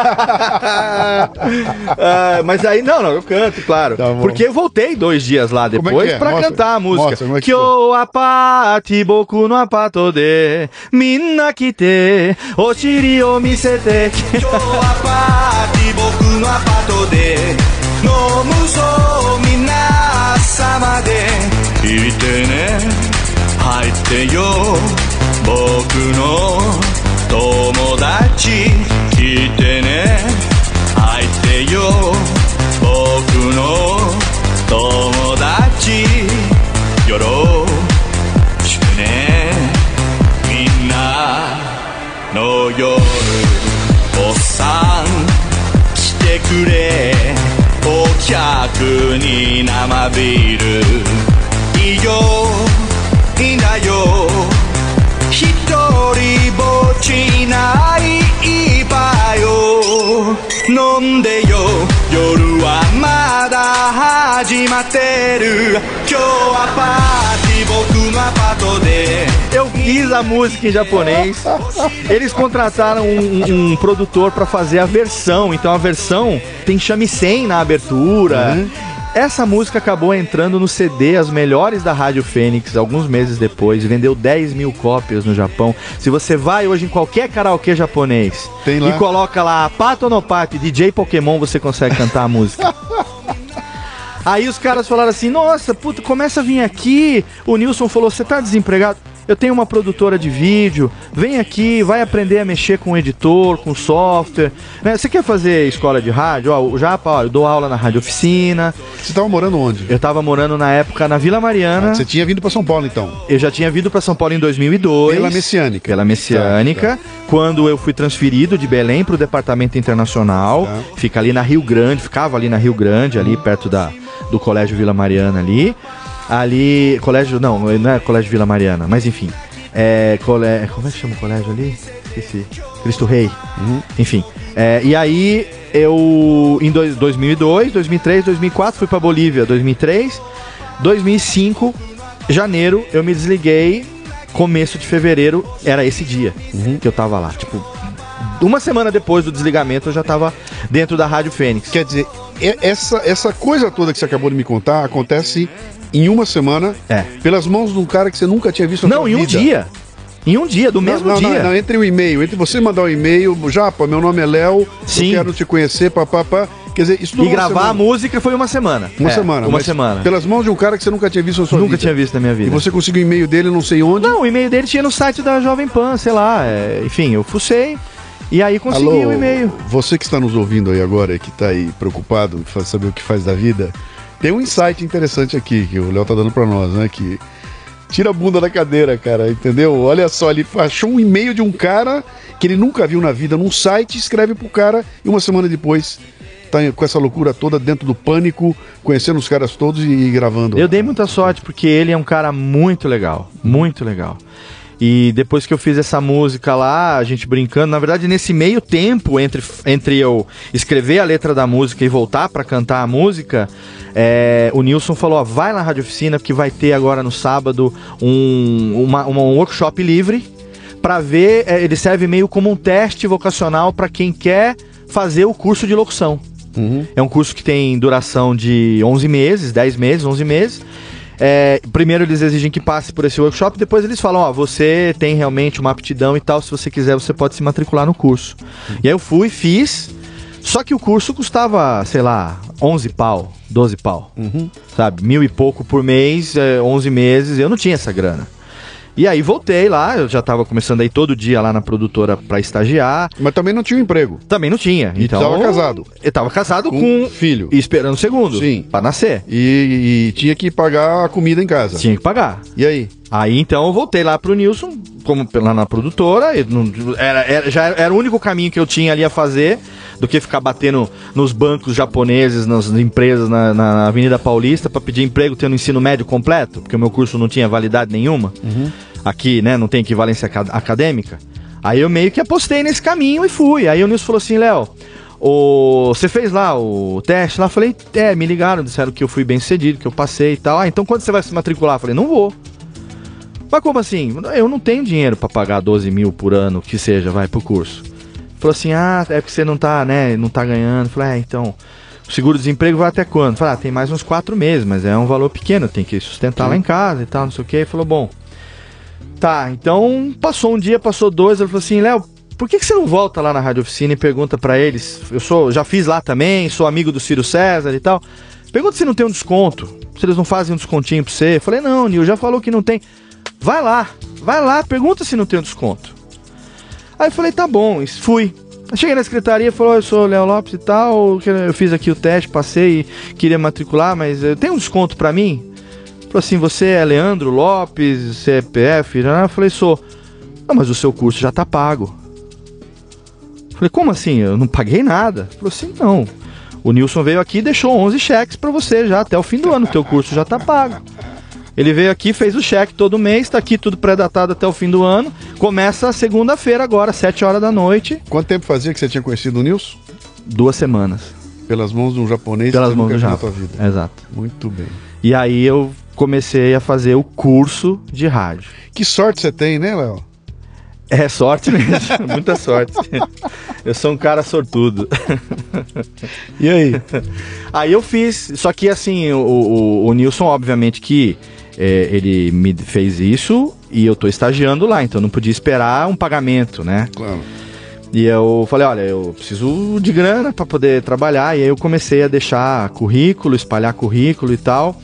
Mas aí, não, eu canto, claro. Tá, porque eu voltei 2 dias lá depois pra cantar a música. Kyo apati boku no apato de minna kite oshiri o misete. Kyo apati boku no apato de nomu so minna sama de ite ne. 入ってよ僕の友達来てね入ってよ僕の友達よろしくねみんなの夜おっさん来てくれお客に生ビールいいよいいんだよ一人ぼっちないばよ飲んでよ夜はまだ始まってる今日はパーティー僕のアパートで Eu fiz a música em japonês. Eles contrataram um produtor pra fazer a versão. Então a versão tem shamisen na abertura. Essa música acabou entrando no CD As Melhores da Rádio Fênix alguns meses depois, vendeu 10 mil cópias no Japão. Se você vai hoje em qualquer karaokê japonês e coloca lá Pato no Pati, DJ Pokémon, você consegue cantar a música. Aí os caras falaram assim, nossa, puta, começa a vir aqui. O Nilson falou, você tá desempregado? Eu tenho uma produtora de vídeo, vem aqui, vai aprender a mexer com o editor, com software. Você quer fazer escola de rádio? Eu dou aula na Rádio Oficina. Você estava morando onde? Eu estava morando na época na Vila Mariana. Você tinha vindo para São Paulo, então? Eu já tinha vindo para São Paulo em 2002. Pela Messiânica. Pela Messiânica, quando eu fui transferido de Belém para o Departamento Internacional. Ficava ali na Rio Grande, ali perto do Colégio Vila Mariana ali. Ali, colégio, não é Colégio Vila Mariana, mas enfim, como é que chama o colégio ali? Esqueci, Cristo Rei, enfim, e aí eu, em 2002, 2003, 2004, fui pra Bolívia, 2003, 2005, janeiro, eu me desliguei, começo de fevereiro, era esse dia que eu tava lá, tipo, uma semana depois do desligamento eu já tava dentro da Rádio Fênix. Quer dizer, essa coisa toda que você acabou de me contar acontece em uma semana, pelas mãos de um cara que você nunca tinha visto na sua vida. Não, em um dia. Em um dia, do mesmo dia. Não, entre o e-mail, entre você mandar um e-mail, Japa, meu nome é Léo, eu quero te conhecer, papapá. Quer dizer, isso não. E gravar a música foi uma semana. Uma semana. Pelas mãos de um cara que você nunca tinha visto na sua vida. Nunca tinha visto na minha vida. E você conseguiu o e-mail dele, não sei onde? Não, o e-mail dele tinha no site da Jovem Pan, sei lá. Enfim, eu fucei. E aí consegui o e-mail. Você que está nos ouvindo aí agora, que está aí preocupado, saber o que faz da vida, tem um insight interessante aqui, que o Léo tá dando pra nós, né? Que tira a bunda da cadeira, cara, entendeu? Olha só, ele achou um e-mail de um cara que ele nunca viu na vida num site, escreve pro cara e uma semana depois tá com essa loucura toda dentro do pânico, conhecendo os caras todos e gravando. Eu dei muita sorte, porque ele é um cara muito legal, muito legal. E depois que eu fiz essa música lá, a gente brincando, na verdade nesse meio tempo entre eu escrever a letra da música e voltar pra cantar a música, o Nilson falou, vai na Rádio Oficina, porque vai ter agora no sábado um workshop livre pra ver, ele serve meio como um teste vocacional pra quem quer fazer o curso de locução. É um curso que tem duração de 11 meses, 10 meses, 11 meses. primeiro eles exigem que passe por esse workshop, depois eles falam, ó, você tem realmente uma aptidão e tal, se você quiser você pode se matricular no curso. E aí eu fui, fiz, só que o curso custava, sei lá, 11 pau, 12 pau, sabe, 1.000 e pouco por mês, 11 meses, eu não tinha essa grana. E aí voltei lá, eu já tava começando aí todo dia lá na produtora pra estagiar. Mas também não tinha um emprego. Também não tinha. E então, tava casado. Eu tava casado com filho. E esperando o segundo. Sim. Pra nascer. E tinha que pagar a comida em casa. Tinha que pagar. E aí? Aí então eu voltei lá pro Nilson, como lá na produtora, já era o único caminho que eu tinha ali a fazer, do que ficar batendo nos bancos japoneses, nas empresas na Avenida Paulista pra pedir emprego tendo ensino médio completo, porque o meu curso não tinha validade nenhuma. Aqui, né, não tem equivalência acadêmica. Aí eu meio que apostei nesse caminho e fui. Aí o Nilson falou assim, Léo, você fez lá o teste lá? Eu falei, me ligaram, disseram que eu fui bem sucedido, que eu passei e tal. Então quando você vai se matricular? Eu falei, não vou. Mas como assim? Eu não tenho dinheiro pra pagar 12 mil por ano, que seja, vai pro curso. Falou assim, é porque você não tá, né, não tá ganhando. Eu falei, então, o seguro-desemprego vai até quando? Eu falei, tem mais uns 4 meses, mas é um valor pequeno, tem que sustentar lá em casa e tal, não sei o que. Ele falou, bom, tá, então passou um dia, passou 2, ele falou assim, Léo, por que você não volta lá na Rádio Oficina e pergunta pra eles, já fiz lá também, sou amigo do Ciro César e tal, pergunta se não tem um desconto, se eles não fazem um descontinho pra você. Eu falei, não, Nil, já falou que não tem. Vai lá, pergunta se não tem um desconto. Aí eu falei, tá bom, fui. Cheguei na secretaria e falou, eu sou o Léo Lopes e tal, eu fiz aqui o teste, passei e queria matricular, mas tem um desconto pra mim? Falou assim, você é Leandro Lopes, CPF? Eu falei, sou. Não, mas o seu curso já tá pago. Falei, como assim? Eu não paguei nada. Falou assim, não. O Nilson veio aqui e deixou 11 cheques pra você já, até o fim do ano, o teu curso já tá pago. Ele veio aqui, fez o cheque todo mês, tá aqui tudo pré-datado até o fim do ano. Começa segunda-feira agora, 7 horas da noite. Quanto tempo fazia que você tinha conhecido o Nilson? 2 semanas. Pelas mãos de um japonês? Pelas mãos do japonês na tua vida. Exato. Muito bem. E aí eu comecei a fazer o curso de rádio. Que sorte você tem, né, Léo? É sorte mesmo, muita sorte. Eu sou um cara sortudo. E aí? Aí eu fiz, só que assim, o Nilson, obviamente que ele me fez isso e eu tô estagiando lá, então eu não podia esperar um pagamento, né? Claro. E eu falei, olha, eu preciso de grana para poder trabalhar, e aí eu comecei a deixar currículo, espalhar currículo e tal.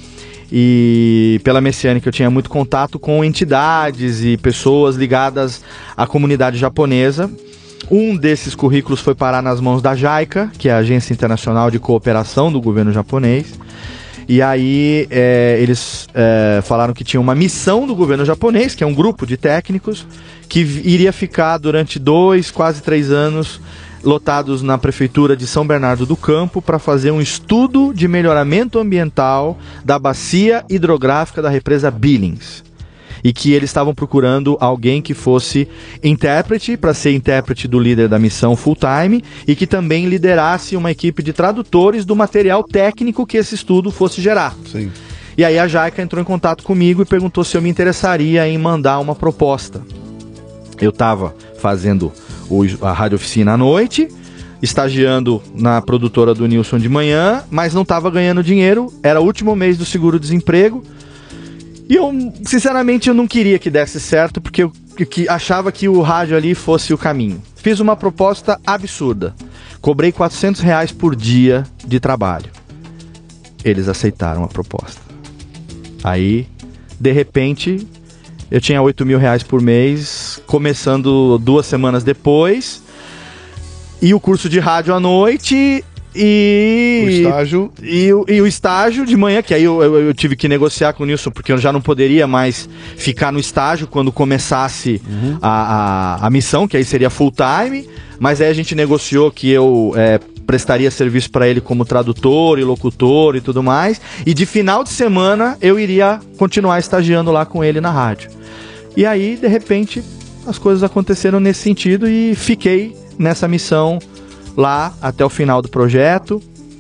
E pela Messiânica eu tinha muito contato com entidades e pessoas ligadas à comunidade japonesa. Um desses currículos foi parar nas mãos da JICA, que é a Agência Internacional de Cooperação do governo japonês. E aí eles falaram que tinha uma missão do governo japonês, que é um grupo de técnicos, que iria ficar durante 2, quase 3 anos lotados na prefeitura de São Bernardo do Campo para fazer um estudo de melhoramento ambiental da bacia hidrográfica da represa Billings. E que eles estavam procurando alguém que fosse intérprete, para ser intérprete do líder da missão full-time, e que também liderasse uma equipe de tradutores do material técnico que esse estudo fosse gerar. Sim. E aí a JICA entrou em contato comigo e perguntou se eu me interessaria em mandar uma proposta. Eu estava fazendo a Rádio Oficina à noite, estagiando na produtora do Nilson de manhã, mas não estava ganhando dinheiro, era o último mês do seguro-desemprego. E eu, sinceramente, eu não queria que desse certo, porque eu achava que o rádio ali fosse o caminho. Fiz uma proposta absurda. Cobrei R$400 por dia de trabalho. Eles aceitaram a proposta. Aí, de repente, eu tinha R$8.000 por mês, começando 2 semanas depois. E o curso de rádio à noite... O estágio. E o estágio de manhã, que aí eu tive que negociar com o Nilson, porque eu já não poderia mais ficar no estágio quando começasse a missão, que aí seria full time, mas aí a gente negociou que eu prestaria serviço para ele como tradutor e locutor e tudo mais, e de final de semana eu iria continuar estagiando lá com ele na rádio. E aí, de repente, as coisas aconteceram nesse sentido e fiquei nessa missão lá até o final do projeto.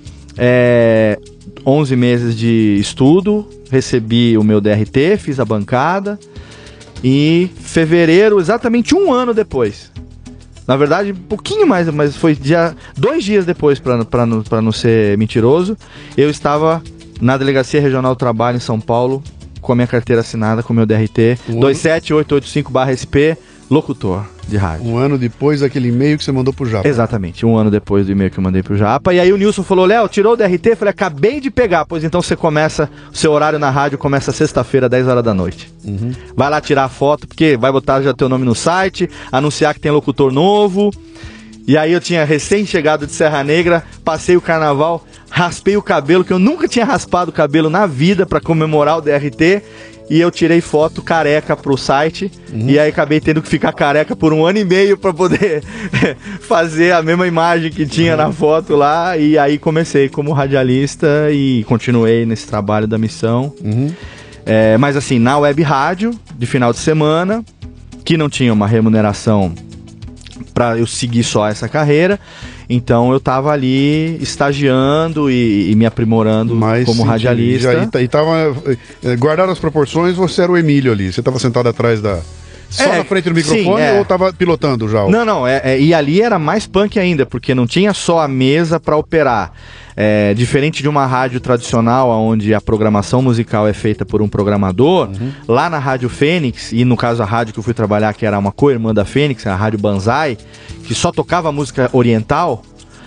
11 meses de estudo, recebi o meu DRT, fiz a bancada, e fevereiro, exatamente 1 ano depois, na verdade um pouquinho mais, mas foi 2 dias depois, para não ser mentiroso, eu estava na Delegacia Regional do Trabalho em São Paulo com a minha carteira assinada, com o meu DRT, 27885/SP, locutor de rádio. Um ano depois daquele e-mail que você mandou pro Japa. Exatamente, um ano depois do e-mail que eu mandei pro Japa. E aí o Nilson falou, Léo, tirou o DRT? Eu falei, acabei de pegar. Pois então você começa, o seu horário na rádio começa sexta-feira, 10 horas da noite. Vai lá tirar a foto, porque vai botar já teu nome no site, anunciar que tem locutor novo. E aí eu tinha recém-chegado de Serra Negra, passei o carnaval, raspei o cabelo, que eu nunca tinha raspado o cabelo na vida pra comemorar o DRT. E eu tirei foto careca pro site. E aí acabei tendo que ficar careca por 1 ano e meio pra poder fazer a mesma imagem que tinha na foto lá. E aí comecei como radialista e continuei nesse trabalho da missão. Mas assim, na web rádio, de final de semana, que não tinha uma remuneração pra eu seguir só essa carreira. Então eu tava ali estagiando e me aprimorando como radialista. E tava, guardado as proporções, você era o Emílio ali. Você tava sentado atrás da... Só na frente do microfone ou tava pilotando já? Não, e ali era mais punk ainda, porque não tinha só a mesa para operar. Diferente de uma rádio tradicional, onde a programação musical é feita por um programador, lá na Rádio Fênix, e no caso a rádio que eu fui trabalhar, que era uma co-irmã da Fênix, a Rádio Banzai, que só tocava música oriental,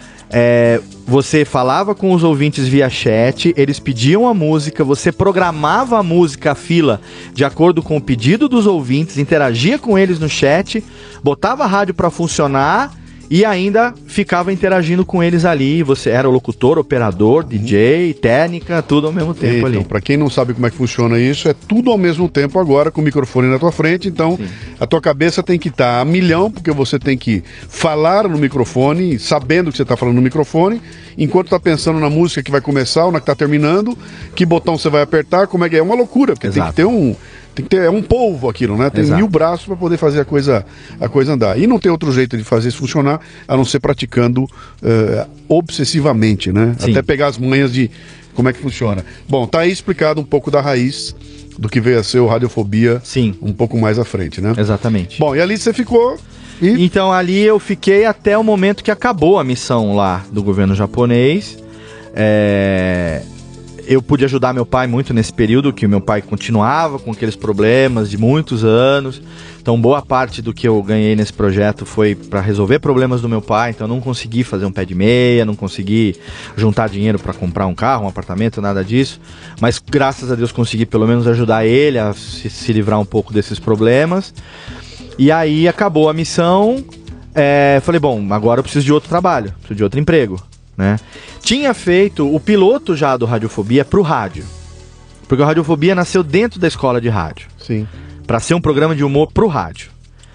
você falava com os ouvintes via chat, eles pediam a música, você programava a música, a fila, de acordo com o pedido dos ouvintes, interagia com eles no chat, botava a rádio para funcionar e ainda ficava interagindo com eles ali. Você era o locutor, operador, DJ, técnica, tudo ao mesmo tempo ali. Então, para quem não sabe como é que funciona isso, é tudo ao mesmo tempo agora, com o microfone na tua frente. Então, a tua cabeça tem que estar a milhão, porque você tem que falar no microfone, sabendo que você está falando no microfone, enquanto está pensando na música que vai começar ou na que está terminando, que botão você vai apertar, como é que é. É uma loucura, porque tem que ter um polvo aquilo, né? Tem 1000 braços para poder fazer a coisa andar. E não tem outro jeito de fazer isso funcionar, a não ser praticando obsessivamente, né? Até pegar as manhas de como é que funciona. Bom, tá aí explicado um pouco da raiz do que veio a ser o Radiofobia um pouco mais à frente, né? Exatamente. Bom, e ali você ficou... Então ali eu fiquei até o momento que acabou a missão lá do governo japonês. Eu pude ajudar meu pai muito nesse período, que o meu pai continuava com aqueles problemas de muitos anos. Então boa parte do que eu ganhei nesse projeto foi para resolver problemas do meu pai. Então eu não consegui fazer um pé de meia, não consegui juntar dinheiro para comprar um carro, um apartamento, nada disso. Mas graças a Deus consegui pelo menos ajudar ele a se livrar um pouco desses problemas. E aí acabou a missão, falei, bom, agora eu preciso de outro trabalho, preciso de outro emprego, né? Tinha feito o piloto já do Radiofobia pro rádio, porque o Radiofobia nasceu dentro da escola de rádio. Sim. Para ser um programa de humor pro rádio.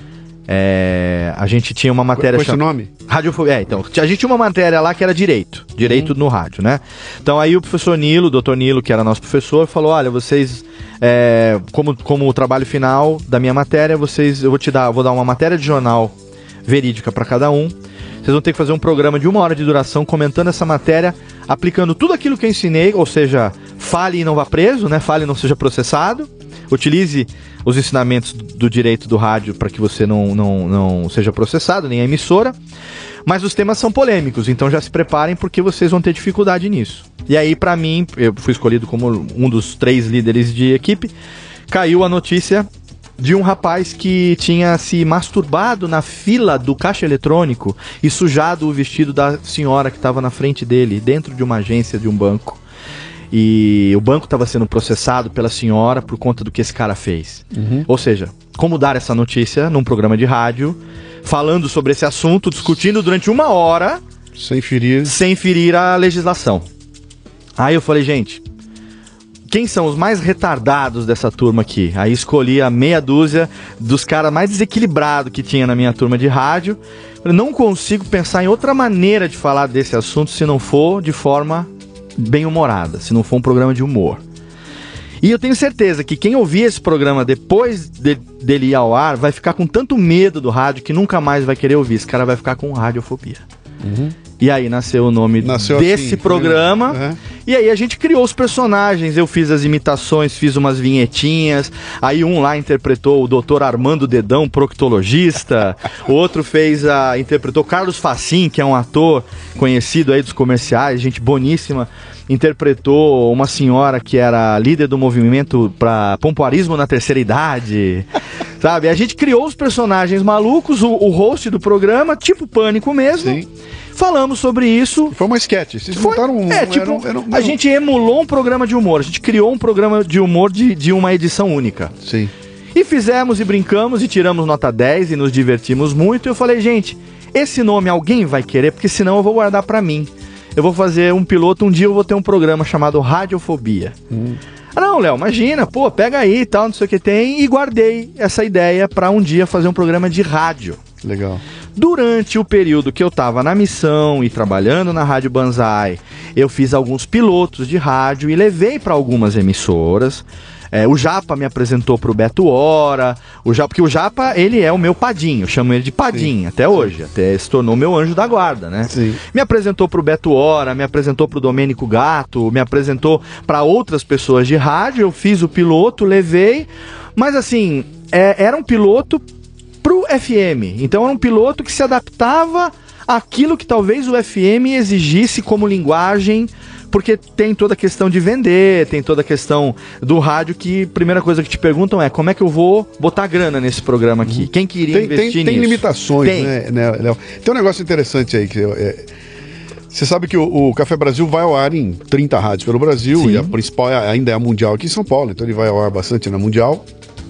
A gente tinha uma matéria... Com esse nome? Radiofobia. Então, a gente tinha uma matéria lá que era direito no rádio, né? Então aí o professor Nilo, o doutor Nilo, que era nosso professor, falou, olha, vocês... como o trabalho final da minha matéria, eu vou dar uma matéria de jornal verídica para cada um. Vocês vão ter que fazer um programa de 1 hora de duração comentando essa matéria, aplicando tudo aquilo que eu ensinei, ou seja, fale e não vá preso, né? Fale e não seja processado. Utilize os ensinamentos do direito do rádio para que você não seja processado, nem a emissora. Mas os temas são polêmicos, então já se preparem porque vocês vão ter dificuldade nisso. E aí, para mim, eu fui escolhido como um dos 3 líderes de equipe, caiu a notícia de um rapaz que tinha se masturbado na fila do caixa eletrônico e sujado o vestido da senhora que estava na frente dele, dentro de uma agência de um banco. E o banco estava sendo processado pela senhora por conta do que esse cara fez. Ou seja, como dar essa notícia num programa de rádio, falando sobre esse assunto, discutindo durante 1 hora... Sem ferir a legislação. Aí eu falei, gente... Quem são os mais retardados dessa turma aqui? Aí escolhi a meia dúzia dos caras mais desequilibrados que tinha na minha turma de rádio. Eu não consigo pensar em outra maneira de falar desse assunto se não for de forma bem-humorada, se não for um programa de humor. E eu tenho certeza que quem ouvir esse programa depois dele ir ao ar vai ficar com tanto medo do rádio que nunca mais vai querer ouvir. Esse cara vai ficar com radiofobia. E aí nasceu o nome desse programa, E aí a gente criou os personagens, eu fiz as imitações, fiz umas vinhetinhas, aí um lá interpretou o Dr. Armando Dedão, proctologista, o outro interpretou Carlos Fachin, que é um ator conhecido aí dos comerciais, gente boníssima, interpretou uma senhora que era líder do movimento para pompoarismo na terceira idade, sabe? A gente criou os personagens malucos, o host do programa, tipo Pânico mesmo. Sim. Falamos sobre isso. Foi uma sketch. Vocês montaram a gente emulou um programa de humor. A gente criou um programa de humor de uma edição única. Sim. E fizemos e brincamos e tiramos nota 10 e nos divertimos muito. E eu falei, gente, esse nome alguém vai querer, porque senão eu vou guardar pra mim. Eu vou fazer um piloto, um dia eu vou ter um programa chamado Radiofobia. Ah, não, Léo, imagina, pô, pega aí e tal, não sei o que tem. E guardei essa ideia pra um dia fazer um programa de rádio. Legal. Durante o período que eu estava na missão e trabalhando na Rádio Banzai, eu fiz alguns pilotos de rádio e levei para algumas emissoras. O Japa me apresentou para o Beto Hora, porque o Japa, ele é o meu padinho, eu chamo ele de Padinho. Sim. Até hoje, até se tornou meu anjo da guarda, né? Sim. Me apresentou para o Beto Hora, me apresentou para o Domênico Gato, me apresentou para outras pessoas de rádio, eu fiz o piloto, levei, mas assim, era um piloto pro FM, então era um piloto que se adaptava àquilo que talvez o FM exigisse como linguagem, porque tem toda a questão de vender, tem toda a questão do rádio, que a primeira coisa que te perguntam é como é que eu vou botar grana nesse programa aqui? Quem queria investir nisso? Tem limitações, né, Léo? Tem um negócio interessante aí, que você sabe que o Café Brasil vai ao ar em 30 rádios pelo Brasil. Sim. E a principal ainda é a Mundial aqui em São Paulo, então ele vai ao ar bastante na Mundial.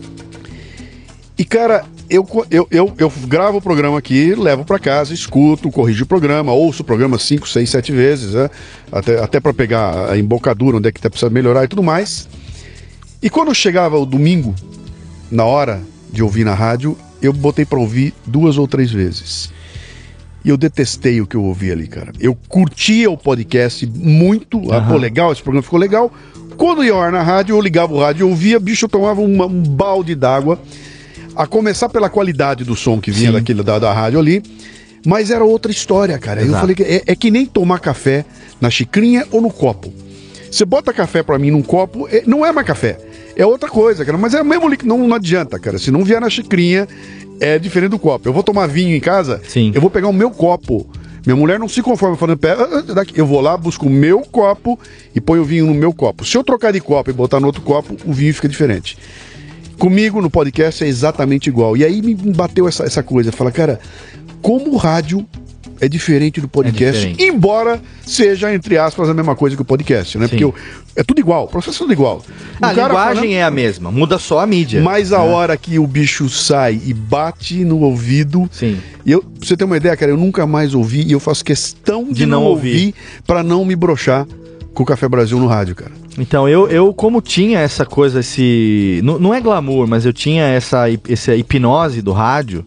E, cara, eu gravo o programa aqui, levo pra casa, escuto, corrijo o programa, ouço o programa 5, 6, 7 vezes, né? Até pra pegar a embocadura, onde é que precisa melhorar e tudo mais. E quando chegava o domingo, na hora de ouvir na rádio, eu botei pra ouvir 2 ou 3 vezes. E eu detestei o que eu ouvi ali, cara. Eu curtia o podcast muito, pô, legal, esse programa ficou legal. Quando ia ao ar na rádio, eu ligava o rádio, eu ouvia, bicho, eu tomava um balde d'água. A começar pela qualidade do som que vinha da rádio ali, mas era outra história, cara. Exato. Eu falei que é que nem tomar café na xicrinha ou no copo. Você bota café pra mim num copo, não é mais café, é outra coisa, cara. Mas é o mesmo líquido, não adianta, cara. Se não vier na xicrinha, é diferente do copo. Eu vou tomar vinho em casa, eu vou pegar o meu copo. Minha mulher não se conforma falando, eu vou lá, busco o meu copo e ponho o vinho no meu copo. Se eu trocar de copo e botar no outro copo, o vinho fica diferente. Comigo no podcast é exatamente igual. E aí me bateu essa coisa. Fala, cara, como o rádio é diferente do podcast, embora seja, entre aspas, a mesma coisa que o podcast, né? Sim. Porque é tudo igual, o processo é tudo igual. A linguagem é a mesma, muda só a mídia. Mas a hora que o bicho sai e bate no ouvido... Sim. E pra você ter uma ideia, cara, eu nunca mais ouvi e eu faço questão de não ouvir pra não me broxar com o Café Brasil no rádio, cara. Então, eu como tinha essa coisa, não é glamour, mas eu tinha essa hipnose do rádio,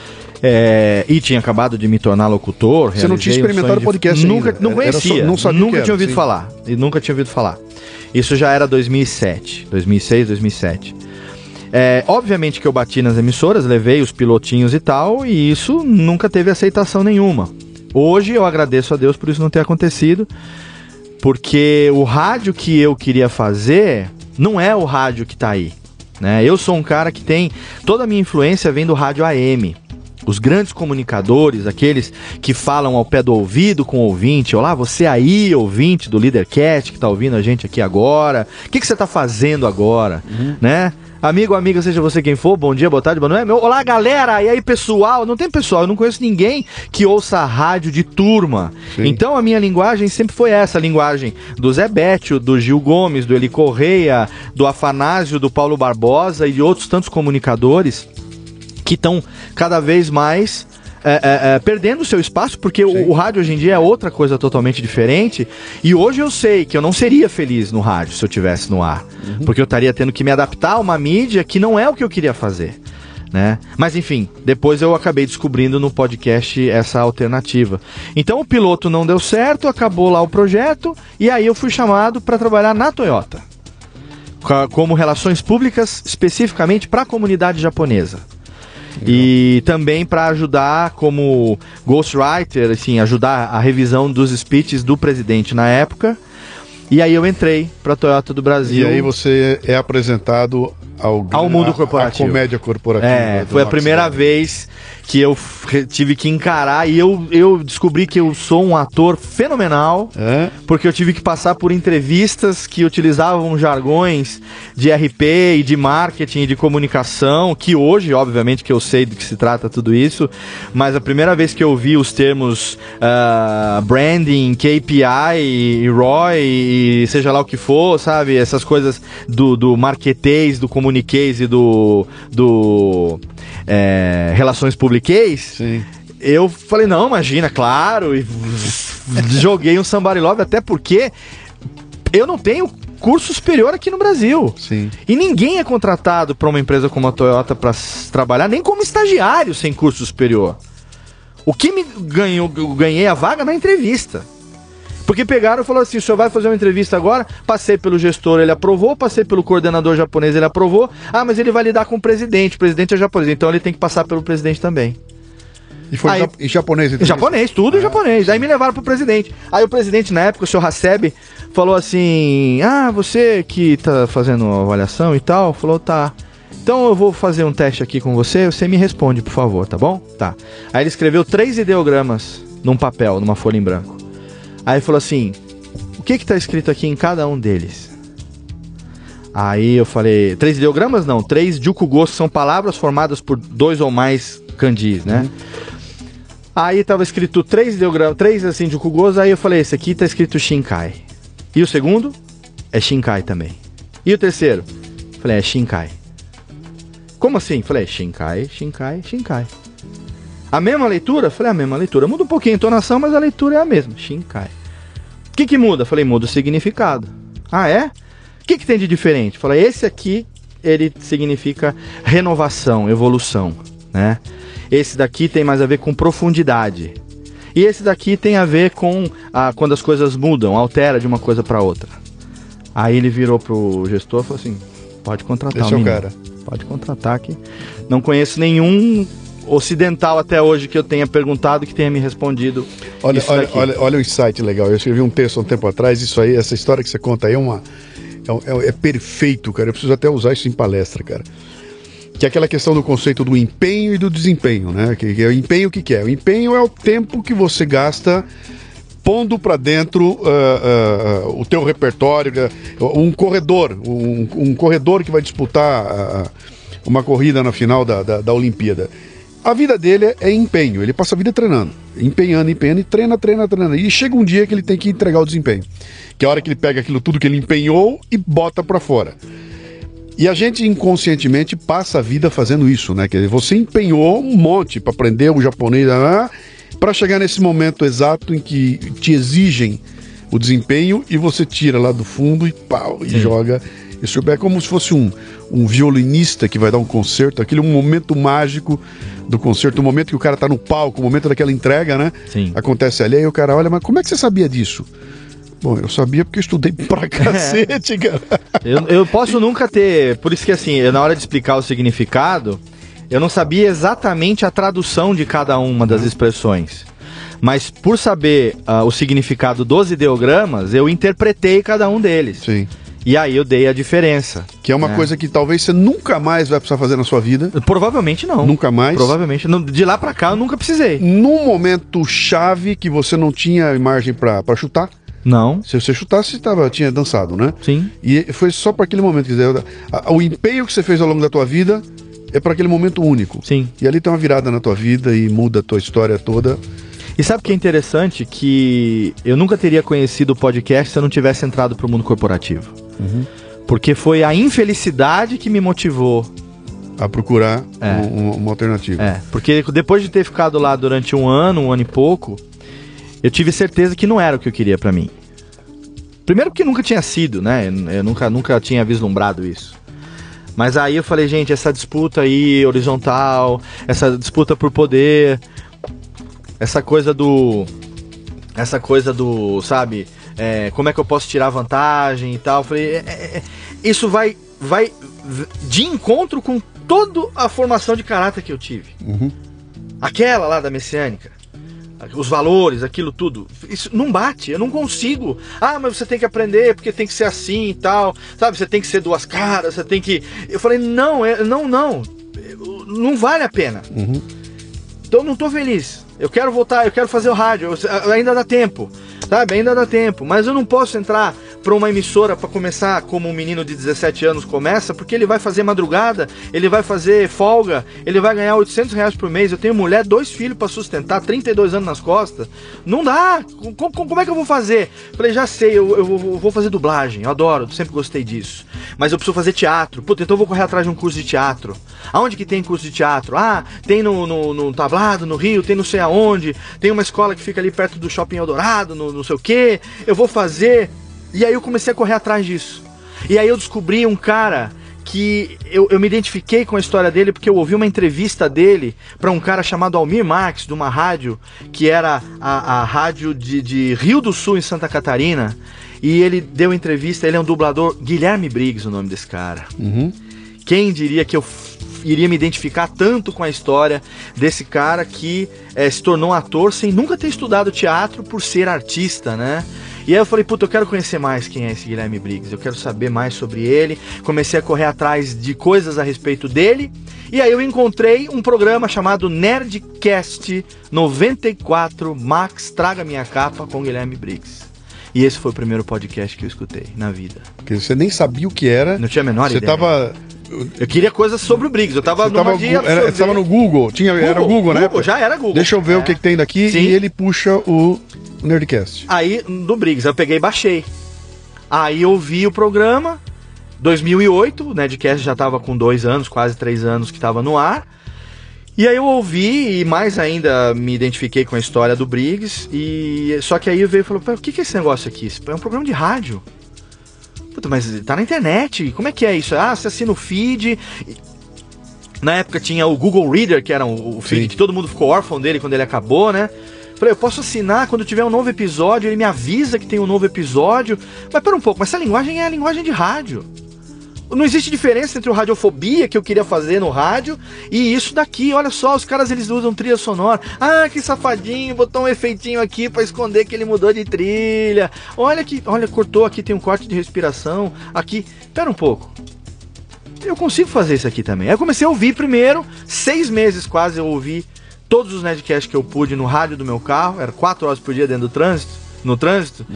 e tinha acabado de me tornar locutor. Você não tinha experimentado o podcast ainda? Não conhecia, não sabia nunca tinha ouvido falar. E nunca tinha ouvido falar. Isso já era 2007, 2006, 2007. Obviamente que eu bati nas emissoras, levei os pilotinhos e tal, e isso nunca teve aceitação nenhuma. Hoje eu agradeço a Deus por isso não ter acontecido, porque o rádio que eu queria fazer não é o rádio que tá aí, né? Eu sou um cara que tem... Toda a minha influência vem do rádio AM. Os grandes comunicadores, aqueles que falam ao pé do ouvido com o ouvinte. Olá, você aí, ouvinte do Leadercast, que tá ouvindo a gente aqui agora. O que você tá fazendo agora, né? Amigo, amiga, seja você quem for, bom dia, boa tarde, boa noite. Olá, galera, e aí, pessoal? Não tem pessoal, eu não conheço ninguém que ouça a rádio de turma. Sim. Então, a minha linguagem sempre foi essa, a linguagem do Zé Bétio, do Gil Gomes, do Eli Correia, do Afanásio, do Paulo Barbosa e de outros tantos comunicadores que estão cada vez mais... perdendo o seu espaço, porque o rádio hoje em dia é outra coisa totalmente diferente, e hoje eu sei que eu não seria feliz no rádio se eu estivesse no ar, porque eu estaria tendo que me adaptar a uma mídia que não é o que eu queria fazer, né? Mas enfim, depois eu acabei descobrindo no podcast essa alternativa. Então o piloto não deu certo, acabou lá o projeto, e aí eu fui chamado para trabalhar na Toyota, como relações públicas, especificamente para a comunidade japonesa. E também para ajudar como ghostwriter, assim, ajudar a revisão dos speeches do presidente na época. E aí eu entrei pra Toyota do Brasil. E aí você é apresentado ao mundo corporativo. A comédia corporativa. Foi a primeira vez que eu tive que encarar, e eu descobri que eu sou um ator fenomenal, porque eu tive que passar por entrevistas que utilizavam jargões de RP e de marketing e de comunicação, que hoje, obviamente, que eu sei do que se trata tudo isso, mas a primeira vez que eu vi os termos branding, KPI e ROI e seja lá o que for, sabe, essas coisas do marketês, do comuniquês e do relações publiquês, sim, eu falei, não, imagina, claro, e joguei um Somebody Love, até porque eu não tenho curso superior aqui no Brasil. Sim. E ninguém é contratado para uma empresa como a Toyota para trabalhar, nem como estagiário sem curso superior. O que eu ganhei a vaga na entrevista. Porque pegaram e falaram assim, o senhor vai fazer uma entrevista agora? Passei pelo gestor, ele aprovou. Passei pelo coordenador japonês, ele aprovou. Ah, mas ele vai lidar com o presidente é japonês, então ele tem que passar pelo presidente também. E foi em japonês? Em japonês, tudo em japonês. Aí me levaram pro presidente. Aí o presidente, na época, o senhor Hasebe, falou assim, você que tá fazendo uma avaliação e tal, falou, tá. Então eu vou fazer um teste aqui com você me responde, por favor, tá bom? Tá. Aí ele escreveu 3 ideogramas num papel, numa folha em branco. Aí falou assim, o que tá escrito aqui em cada um deles? Aí eu falei, 3 ideogramas não, 3 jukugo são palavras formadas por 2 ou mais kanjis, né? Aí tava escrito 3 ideogramas, 3 assim jukugos, aí eu falei, esse aqui tá escrito Shinkai. E o segundo? É Shinkai também. E o terceiro? Falei, é Shinkai. Como assim? Falei, Shinkai, Shinkai, Shinkai. A mesma leitura? Falei, a mesma leitura. Muda um pouquinho a entonação, mas a leitura é a mesma. Shinkai. O que muda? Falei, muda o significado. Ah, é? O que tem de diferente? Falei, esse aqui, ele significa renovação, evolução, né? Esse daqui tem mais a ver com profundidade. E esse daqui tem a ver com quando as coisas mudam, altera de uma coisa para outra. Aí ele virou pro gestor e falou assim, pode contratar esse é o cara. Pode contratar aqui. Não conheço nenhum ocidental até hoje que eu tenha perguntado, que tenha me respondido. Olha o insight legal. Eu escrevi um texto há um tempo atrás, isso aí, essa história que você conta aí é perfeito, cara. Eu preciso até usar isso em palestra, cara. Que é aquela questão do conceito do empenho e do desempenho, né? Que é o empenho, o que é? O empenho é o tempo que você gasta pondo para dentro o teu repertório, um corredor, um corredor que vai disputar uma corrida na final da Olimpíada. A vida dele é empenho, ele passa a vida treinando, empenhando, e treina. E chega um dia que ele tem que entregar o desempenho, que é a hora que ele pega aquilo tudo que ele empenhou e bota para fora. E a gente inconscientemente passa a vida fazendo isso, né? Quer dizer, você empenhou um monte para aprender o japonês, para chegar nesse momento exato em que te exigem o desempenho e você tira lá do fundo e pau, e joga. Isso é como se fosse um violinista que vai dar um concerto, aquele momento mágico do concerto, o momento que o cara tá no palco, o momento daquela entrega, né? Sim. Acontece ali, aí o cara olha, mas como é que você sabia disso? Bom, eu sabia porque eu estudei pra cacete, cara. Eu posso nunca ter... Por isso que, assim, na hora de explicar o significado, eu não sabia exatamente a tradução de cada uma das expressões. Mas por saber o significado dos ideogramas, eu interpretei cada um deles. Sim. E aí eu dei a diferença. Que é uma coisa que talvez você nunca mais vai precisar fazer na sua vida. Provavelmente não. Nunca mais? Provavelmente. De lá pra cá eu nunca precisei. Num momento chave que você não tinha margem pra chutar. Não. Se você chutasse, tinha dançado, né? Sim. E foi só para aquele momento. Quer dizer, o empenho que você fez ao longo da tua vida é para aquele momento único. Sim. E ali tem uma virada na tua vida e muda a tua história toda. E sabe o que é interessante? Que eu nunca teria conhecido o podcast se eu não tivesse entrado pro mundo corporativo. Uhum. Porque foi a infelicidade que me motivou a procurar uma alternativa. Porque depois de ter ficado lá durante um ano e pouco, eu tive certeza que não era o que eu queria pra mim. Primeiro porque nunca tinha sido, né? Eu nunca tinha vislumbrado isso. Mas aí eu falei, gente, essa disputa aí horizontal, essa disputa por poder, essa coisa do, sabe, como é que eu posso tirar vantagem e tal. Eu falei, isso vai de encontro com toda a formação de caráter que eu tive. Uhum. Aquela lá da messiânica. os valores, aquilo tudo. Isso não bate, eu não consigo. Ah, mas você tem que aprender porque tem que ser assim e tal, sabe? Você tem que ser duas caras, você tem que... Eu falei, não vale a pena. Então eu não tô feliz. Eu quero voltar, eu quero fazer o rádio, ainda dá tempo, sabe? Ainda dá tempo, mas eu não posso entrar para uma emissora para começar como um menino de 17 anos começa, porque ele vai fazer madrugada, ele vai fazer folga, ele vai ganhar R$800 por mês, eu tenho mulher, 2 filhos para sustentar, 32 anos nas costas, não dá, como é que eu vou fazer? Falei, já sei, eu vou fazer dublagem, eu adoro, sempre gostei disso, mas eu preciso fazer teatro, puta, então eu vou correr atrás de um curso de teatro. Aonde que tem curso de teatro? Ah, tem no Tablado, no Rio, tem não sei aonde, tem uma escola que fica ali perto do Shopping Eldorado, no não sei o que, eu vou fazer. E aí eu comecei a correr atrás disso. E aí eu descobri um cara que eu me identifiquei com a história dele porque eu ouvi uma entrevista dele para um cara chamado Almir Marques, de uma rádio que era a rádio de Rio do Sul, em Santa Catarina. E ele deu entrevista, ele é um dublador, Guilherme Briggs, o nome desse cara. Quem diria que eu iria me identificar tanto com a história desse cara que se tornou um ator sem nunca ter estudado teatro por ser artista, né? E aí eu falei, puta, eu quero conhecer mais quem é esse Guilherme Briggs, eu quero saber mais sobre ele. Comecei a correr atrás de coisas a respeito dele. E aí eu encontrei um programa chamado Nerdcast 94 Max Traga Minha Capa com Guilherme Briggs. E esse foi o primeiro podcast que eu escutei na vida. Porque você nem sabia o que era. Não tinha a menor ideia. Você tava... Eu queria coisas sobre o Briggs, eu tava numa dia... Você tava no Google, era o Google, né? Google, já era Google. Deixa eu ver o que tem daqui. Sim. E ele puxa o Nerdcast. Aí, do Briggs, eu peguei e baixei. Aí eu vi o programa, 2008, o Nerdcast já tava com 2 anos, quase 3 anos que tava no ar. E aí eu ouvi e mais ainda me identifiquei com a história do Briggs. Só que aí eu veio e falou, o que é esse negócio aqui? É um programa de rádio. Puta, mas tá na internet, como é que é isso? Ah, você assina o feed. Na época tinha o Google Reader, que era o feed. Sim. Que todo mundo ficou órfão dele quando ele acabou, né? Falei, eu posso assinar quando tiver um novo episódio, ele me avisa que tem um novo episódio. Mas pera um pouco, mas essa linguagem é a linguagem de rádio. Não existe diferença entre o Radiofobia que eu queria fazer no rádio e isso daqui. Olha só, os caras eles usam trilha sonora. Ah, que safadinho, botou um efeitinho aqui pra esconder que ele mudou de trilha. Olha aqui, olha, cortou aqui, tem um corte de respiração. Aqui, pera um pouco. Eu consigo fazer isso aqui também. Aí eu comecei a ouvir primeiro, 6 meses quase eu ouvi todos os Nerdcasts que eu pude no rádio do meu carro. Era 4 horas por dia dentro do trânsito, no trânsito.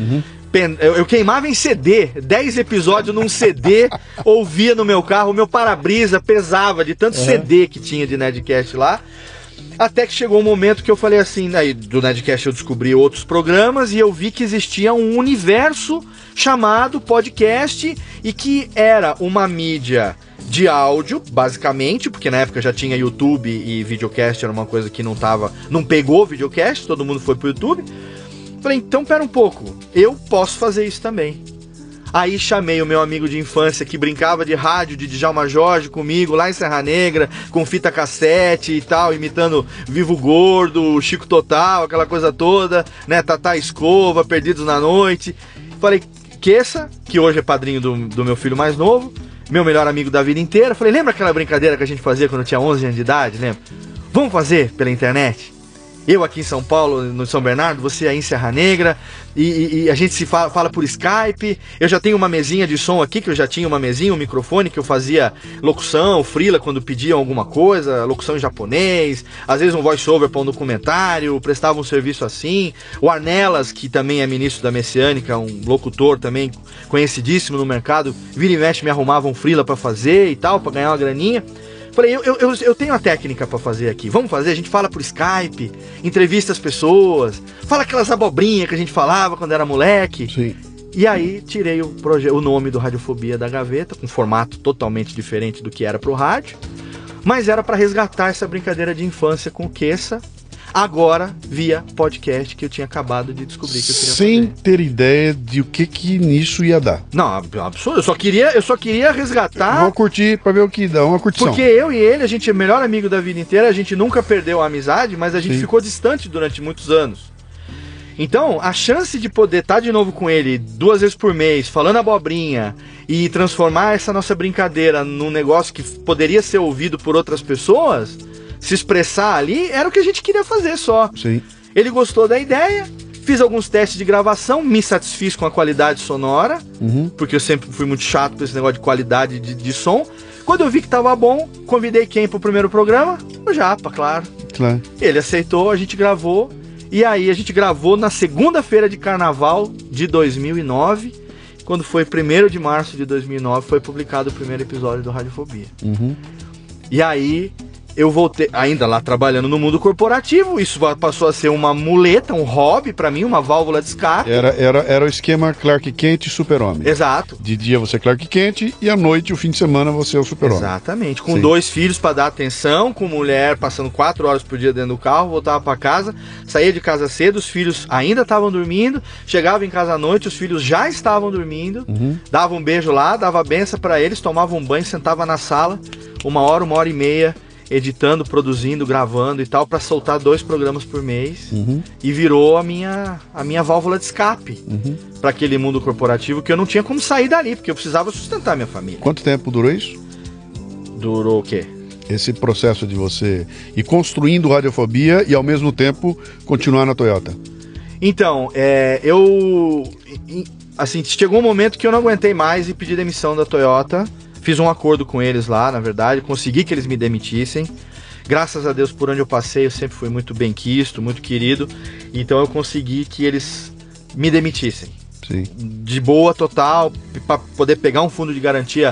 Eu queimava em CD, 10 episódios num CD, ouvia no meu carro, o meu para-brisa pesava de tanto CD que tinha de Nerdcast lá. Até que chegou um momento que eu falei assim, aí do Nerdcast eu descobri outros programas e eu vi que existia um universo chamado podcast e que era uma mídia de áudio, basicamente, porque na época já tinha YouTube e videocast, era uma coisa que não pegou videocast, todo mundo foi pro YouTube. Falei, então pera um pouco, eu posso fazer isso também. Aí chamei o meu amigo de infância que brincava de rádio, de Djalma Jorge comigo lá em Serra Negra, com fita cassete e tal, imitando Vivo Gordo, Chico Total, aquela coisa toda, né, Tatá Escova, Perdidos na Noite. Falei, Queça, que hoje é padrinho do meu filho mais novo, meu melhor amigo da vida inteira. Falei, lembra aquela brincadeira que a gente fazia quando eu tinha 11 anos de idade, lembra? Vamos fazer pela internet? Eu aqui em São Paulo, no São Bernardo, você aí em Serra Negra, e a gente se fala por Skype. Eu já tenho uma mesinha de som aqui, que eu já tinha uma mesinha, um microfone, que eu fazia locução, freela quando pediam alguma coisa, locução em japonês, às vezes um voice-over para um documentário, prestava um serviço assim. O Arnelas, que também é ministro da Messiânica, um locutor também conhecidíssimo no mercado, vira e mexe me arrumava um freela para fazer e tal, para ganhar uma graninha. Falei, eu tenho a técnica pra fazer aqui, vamos fazer? A gente fala por Skype, entrevista as pessoas, fala aquelas abobrinhas que a gente falava quando era moleque. Sim. E aí tirei o nome do Radiofobia da gaveta, com um formato totalmente diferente do que era pro rádio, mas era pra resgatar essa brincadeira de infância com o Queça, agora via podcast que eu tinha acabado de descobrir que eu queria sem fazer. Ter ideia de o que nisso ia dar. Não, absurdo. Eu só queria resgatar. Vou curtir pra ver o que dá, uma curtição. Porque eu e ele, a gente é melhor amigo da vida inteira, a gente nunca perdeu a amizade, mas a gente ficou distante durante muitos anos. Então, a chance de poder estar de novo com ele 2 vezes por mês, falando abobrinha, e transformar essa nossa brincadeira num negócio que poderia ser ouvido por outras pessoas, se expressar ali, era o que a gente queria fazer só. Sim. Ele gostou da ideia, fiz alguns testes de gravação, me satisfiz com a qualidade sonora, porque eu sempre fui muito chato com esse negócio de qualidade de som. Quando eu vi que tava bom, convidei quem pro primeiro programa? O Japa, claro. Ele aceitou, a gente gravou, e aí a gente gravou na segunda-feira de carnaval de 2009, quando foi 1º de março de 2009, foi publicado o primeiro episódio do Radiofobia. E aí eu voltei, ainda lá trabalhando no mundo corporativo, isso passou a ser uma muleta, um hobby pra mim, uma válvula de escape. Era o esquema Clark Kent e Super-Homem. Exato. De dia você é Clark Kent e à noite, o fim de semana, você é o Super-Homem. Exatamente. Com 2 filhos pra dar atenção, com mulher passando 4 horas por dia dentro do carro, voltava pra casa, saía de casa cedo, os filhos ainda estavam dormindo, chegava em casa à noite, os filhos já estavam dormindo, dava um beijo lá, dava a benção pra eles, tomava um banho, sentava na sala, 1 hora e meia, editando, produzindo, gravando e tal, para soltar 2 programas por mês. E virou a minha válvula de escape para aquele mundo corporativo, que eu não tinha como sair dali, porque eu precisava sustentar minha família. Quanto tempo durou isso? Durou o quê? Esse processo de você ir construindo Radiofobia e ao mesmo tempo continuar na Toyota. Então, assim, chegou um momento que eu não aguentei mais e pedi demissão da Toyota. Fiz um acordo com eles lá, na verdade, consegui que eles me demitissem. Graças a Deus, por onde eu passei, eu sempre fui muito benquisto, muito querido. Então eu consegui que eles me demitissem. Sim. De boa, total, para poder pegar um fundo de garantia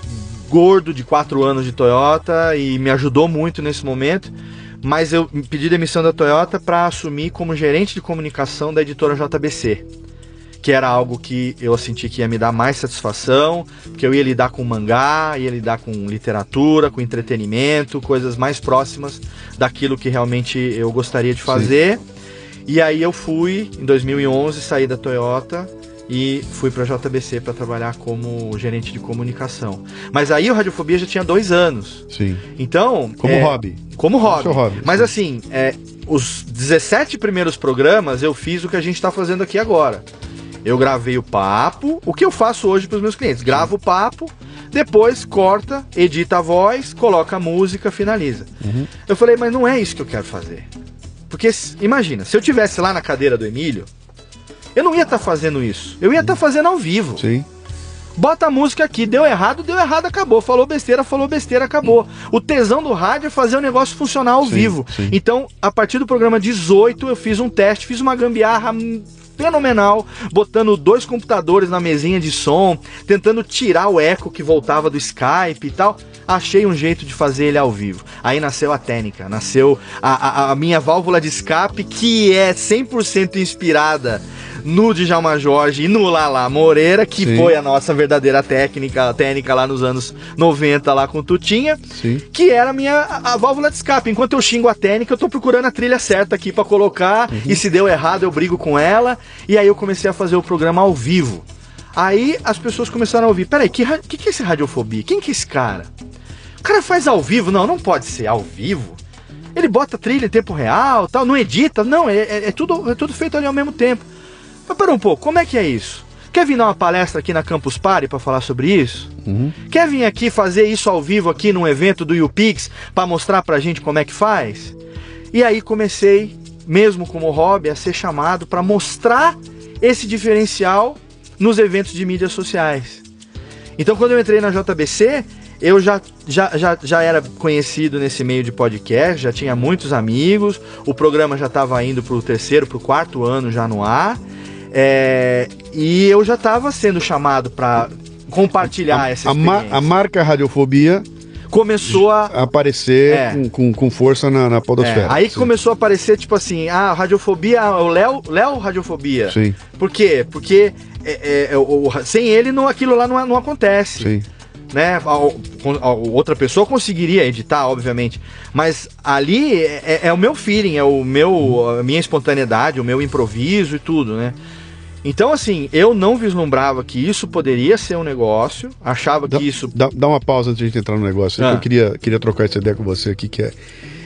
gordo de 4 anos de Toyota, e me ajudou muito nesse momento. Mas eu pedi demissão da Toyota para assumir como gerente de comunicação da editora JBC. Que era algo que eu senti que ia me dar mais satisfação, porque eu ia lidar com mangá, ia lidar com literatura, com entretenimento, coisas mais próximas daquilo que realmente eu gostaria de fazer. Sim. E aí eu fui, em 2011, saí da Toyota e fui para a JBC para trabalhar como gerente de comunicação. Mas aí o Radiofobia já tinha 2 anos. Sim. Então... Como hobby. Como hobby. Mas sim. Assim, os 17 primeiros programas eu fiz o que a gente está fazendo aqui agora. Eu gravei o papo, o que eu faço hoje para os meus clientes. Gravo o papo, depois corta, edita a voz, coloca a música, finaliza. Eu falei, mas não é isso que eu quero fazer. Porque, imagina, se eu tivesse lá na cadeira do Emílio, eu não ia estar fazendo isso. Eu ia estar fazendo ao vivo. Sim. Bota a música aqui, deu errado, acabou. Falou besteira, acabou. O tesão do rádio é fazer o negócio funcionar ao vivo. Sim. Então, a partir do programa 18, eu fiz um teste, fiz uma gambiarra fenomenal, botando 2 computadores na mesinha de som, tentando tirar o eco que voltava do Skype e tal. Achei um jeito de fazer ele ao vivo. Aí nasceu a técnica, nasceu a minha válvula de escape, que é 100% inspirada no Djalma Jorge e no Lala Moreira, que Sim. foi a nossa verdadeira técnica lá nos anos 90, lá com Tutinha, Sim. que era a válvula de escape. Enquanto eu xingo a técnica, eu tô procurando a trilha certa aqui pra colocar, e se deu errado eu brigo com ela, e aí eu comecei a fazer o programa ao vivo. Aí as pessoas começaram a ouvir, peraí, que é esse Radiofobia? Quem que é esse cara? O cara faz ao vivo? Não pode ser ao vivo. Ele bota trilha em tempo real, tal, não edita, não, é tudo feito ali ao mesmo tempo. Mas pera um pouco, como é que é isso? Quer vir dar uma palestra aqui na Campus Party para falar sobre isso? Quer vir aqui fazer isso ao vivo aqui num evento do YouPix para mostrar pra gente como é que faz? E aí comecei, mesmo como hobby, a ser chamado para mostrar esse diferencial nos eventos de mídias sociais. Então quando eu entrei na JBC, eu já era conhecido nesse meio de podcast, já tinha muitos amigos, o programa já estava indo para o 3º, para o 4º ano já no ar. E eu já estava sendo chamado para compartilhar essa experiência. A marca Radiofobia começou a aparecer com força na podosfera. Aí começou a aparecer tipo assim, Radiofobia, o Léo Radiofobia. Sim. Por quê? Porque sem ele aquilo lá não acontece. Sim. Né? A outra pessoa conseguiria editar, obviamente, mas ali é o meu feeling, a minha espontaneidade, o meu improviso e tudo, né? Então, assim, eu não vislumbrava que isso poderia ser um negócio, achava que isso... Dá uma pausa antes de a gente entrar no negócio. Eu queria trocar essa ideia com você aqui, que é...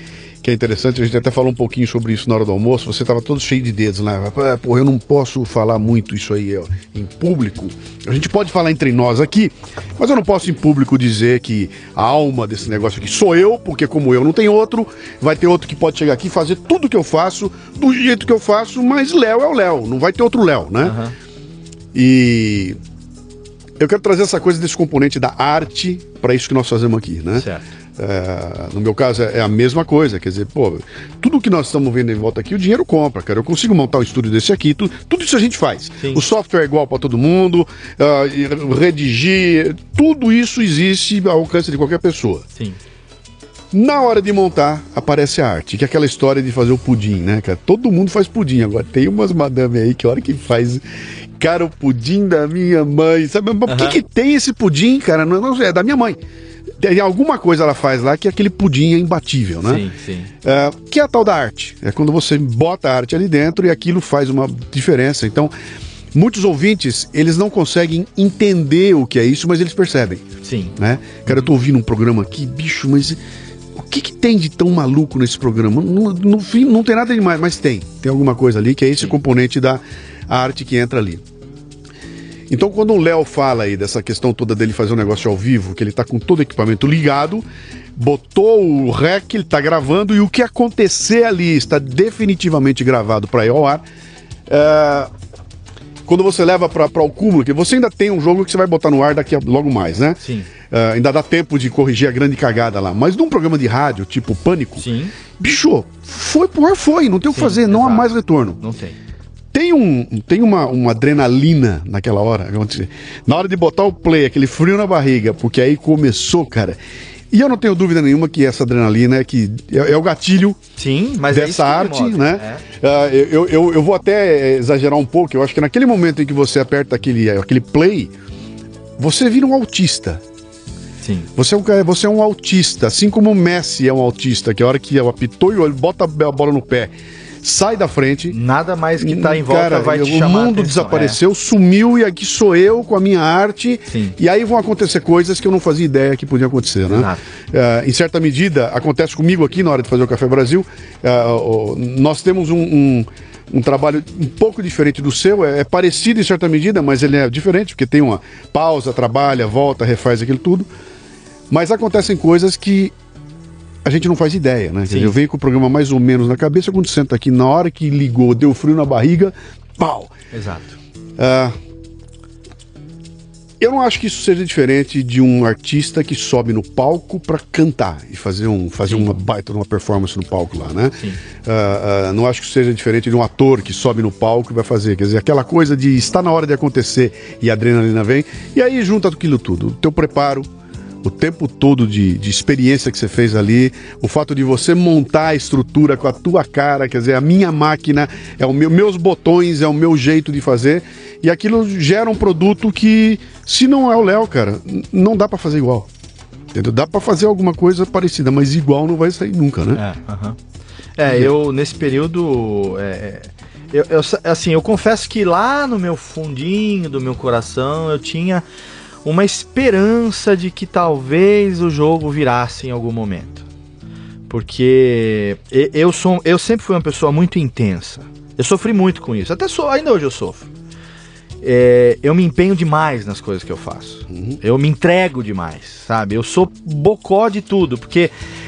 que é interessante, a gente até falou um pouquinho sobre isso na hora do almoço, você estava todo cheio de dedos lá, pô, eu não posso falar muito isso aí ó, em público, a gente pode falar entre nós aqui, mas eu não posso em público dizer que a alma desse negócio aqui sou eu, porque como eu não tem outro, vai ter outro que pode chegar aqui e fazer tudo que eu faço, do jeito que eu faço, mas Léo é o Léo, não vai ter outro Léo, né? Uhum. E eu quero trazer essa coisa desse componente da arte para isso que nós fazemos aqui, né? Certo. No meu caso é a mesma coisa, quer dizer, pô, tudo que nós estamos vendo em volta aqui, o dinheiro compra, cara. Eu consigo montar um estúdio desse aqui, tudo isso a gente faz. Sim. O software é igual para todo mundo, redigir, tudo isso existe ao alcance de qualquer pessoa. Sim. Na hora de montar, aparece a arte, que é aquela história de fazer o pudim, né, cara? Todo mundo faz pudim agora. Tem umas madame aí que a hora que faz, cara, o pudim da minha mãe, sabe? Mas por que tem esse pudim, cara? Não, é da minha mãe. Tem alguma coisa ela faz lá que aquele pudim é imbatível, né? Sim, sim. Que é a tal da arte. É quando você bota a arte ali dentro e aquilo faz uma diferença. Então, muitos ouvintes, eles não conseguem entender o que é isso, mas eles percebem. Sim. Né? Cara, eu tô ouvindo um programa aqui, bicho, mas o que tem de tão maluco nesse programa? No fim, não tem nada demais, mas tem. Tem alguma coisa ali que é esse componente da arte que entra ali. Então, quando o Léo fala aí dessa questão toda dele fazer um negócio ao vivo, que ele tá com todo o equipamento ligado, botou o rec, ele tá gravando, e o que acontecer ali está definitivamente gravado para ir ao ar. Quando você leva para o cúmulo, que você ainda tem um jogo que você vai botar no ar daqui a logo mais, né? Sim. Ainda dá tempo de corrigir a grande cagada lá. Mas num programa de rádio, tipo Pânico, sim, bicho, foi pro ar, foi, não tem o que fazer, não há mais retorno. Não tem. Tem uma adrenalina naquela hora. Na hora de botar o play, aquele frio na barriga, porque aí começou, cara. E eu não tenho dúvida nenhuma que essa adrenalina é o gatilho, sim, mas dessa arte, né? Eu vou até exagerar um pouco. Eu acho que naquele momento em que você aperta aquele play, você vira um autista. Sim. Você é um autista, assim como o Messi é um autista, que a hora que apitou e ele bota a bola no pé, sai da frente. Nada mais que tá em volta, cara, vai te chamar a atenção. O mundo desapareceu, sumiu, e aqui sou eu com a minha arte. Sim. E aí vão acontecer coisas que eu não fazia ideia que podiam acontecer, né? Em certa medida, acontece comigo aqui na hora de fazer o Café Brasil. Nós temos um trabalho um pouco diferente do seu, é parecido em certa medida, mas ele é diferente, porque tem uma pausa, trabalha, volta, refaz aquilo tudo. Mas acontecem coisas que a gente não faz ideia, né? Quer dizer, eu venho com o programa mais ou menos na cabeça, quando senta aqui, na hora que ligou, deu frio na barriga, pau! Exato. Eu não acho que isso seja diferente de um artista que sobe no palco para cantar e fazer uma baita, uma performance no palco lá, né? Não acho que isso seja diferente de um ator que sobe no palco e vai fazer, quer dizer, aquela coisa de estar na hora de acontecer e a adrenalina vem, e aí junta aquilo tudo, o teu preparo, o tempo todo de experiência que você fez ali, o fato de você montar a estrutura com a tua cara, quer dizer, a minha máquina, meus botões, é o meu jeito de fazer, e aquilo gera um produto que, se não é o Léo, cara, não dá pra fazer igual. Entendeu? Dá pra fazer alguma coisa parecida, mas igual não vai sair nunca, né? Eu nesse período... eu confesso que lá no meu fundinho do meu coração eu tinha uma esperança de que talvez o jogo virasse em algum momento. Porque eu sempre fui uma pessoa muito intensa. Eu sofri muito com isso. Ainda hoje eu sofro. Eu me empenho demais nas coisas que eu faço. Eu me entrego demais, sabe? Eu sou bocó de tudo, porque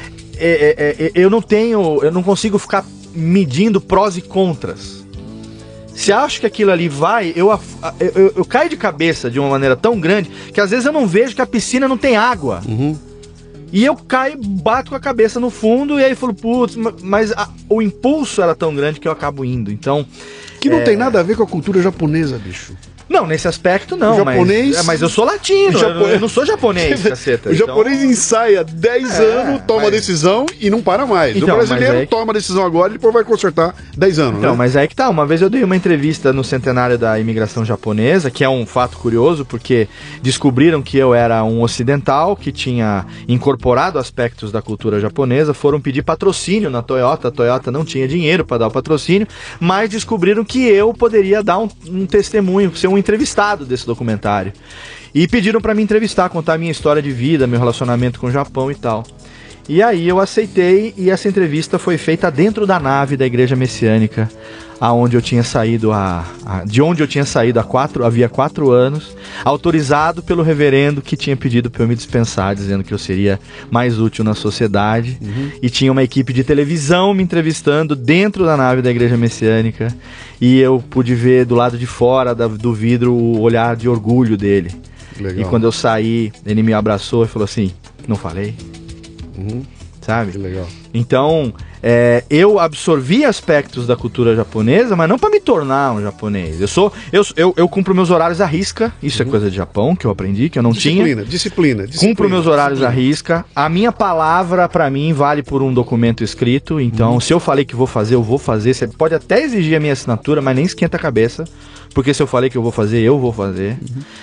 eu não consigo ficar medindo prós e contras. Se acho que aquilo ali vai, eu caio de cabeça de uma maneira tão grande que às vezes eu não vejo que a piscina não tem água. E eu caio, bato com a cabeça no fundo e aí falo, putz, mas o impulso era tão grande que eu acabo indo. Então, que não tem nada a ver com a cultura japonesa, bicho. Não, nesse aspecto não, mas eu sou latino, eu não sou japonês, caceta. O japonês ensaia 10 anos, toma decisão e não para mais. O brasileiro toma decisão agora e depois vai consertar 10 anos, então, né? Mas aí que tá, uma vez eu dei uma entrevista no centenário da imigração japonesa, que é um fato curioso, porque descobriram que eu era um ocidental, que tinha incorporado aspectos da cultura japonesa, foram pedir patrocínio na Toyota, a Toyota não tinha dinheiro para dar o patrocínio, mas descobriram que eu poderia dar um testemunho, ser um entrevistado desse documentário. E pediram para me entrevistar, contar a minha história de vida, meu relacionamento com o Japão e tal. E aí eu aceitei e essa entrevista foi feita dentro da nave da Igreja Messiânica, aonde eu tinha saído de onde eu tinha saído havia 4 anos, autorizado pelo reverendo que tinha pedido para eu me dispensar, dizendo que eu seria mais útil na sociedade. E tinha uma equipe de televisão me entrevistando dentro da nave da Igreja Messiânica, e eu pude ver do lado de fora do vidro o olhar de orgulho dele. Legal. E quando eu saí, ele me abraçou e falou assim: não falei? Sabe? Que legal. Então, eu absorvi aspectos da cultura japonesa, mas não para me tornar um japonês. Eu cumpro meus horários à risca. Isso é coisa de Japão, que eu aprendi, que eu não tinha. Disciplina. Cumpro meus horários à risca. A minha palavra, para mim, vale por um documento escrito. Então, se eu falei que vou fazer, eu vou fazer. Você pode até exigir a minha assinatura, mas nem esquenta a cabeça. Porque se eu falei que eu vou fazer, eu vou fazer.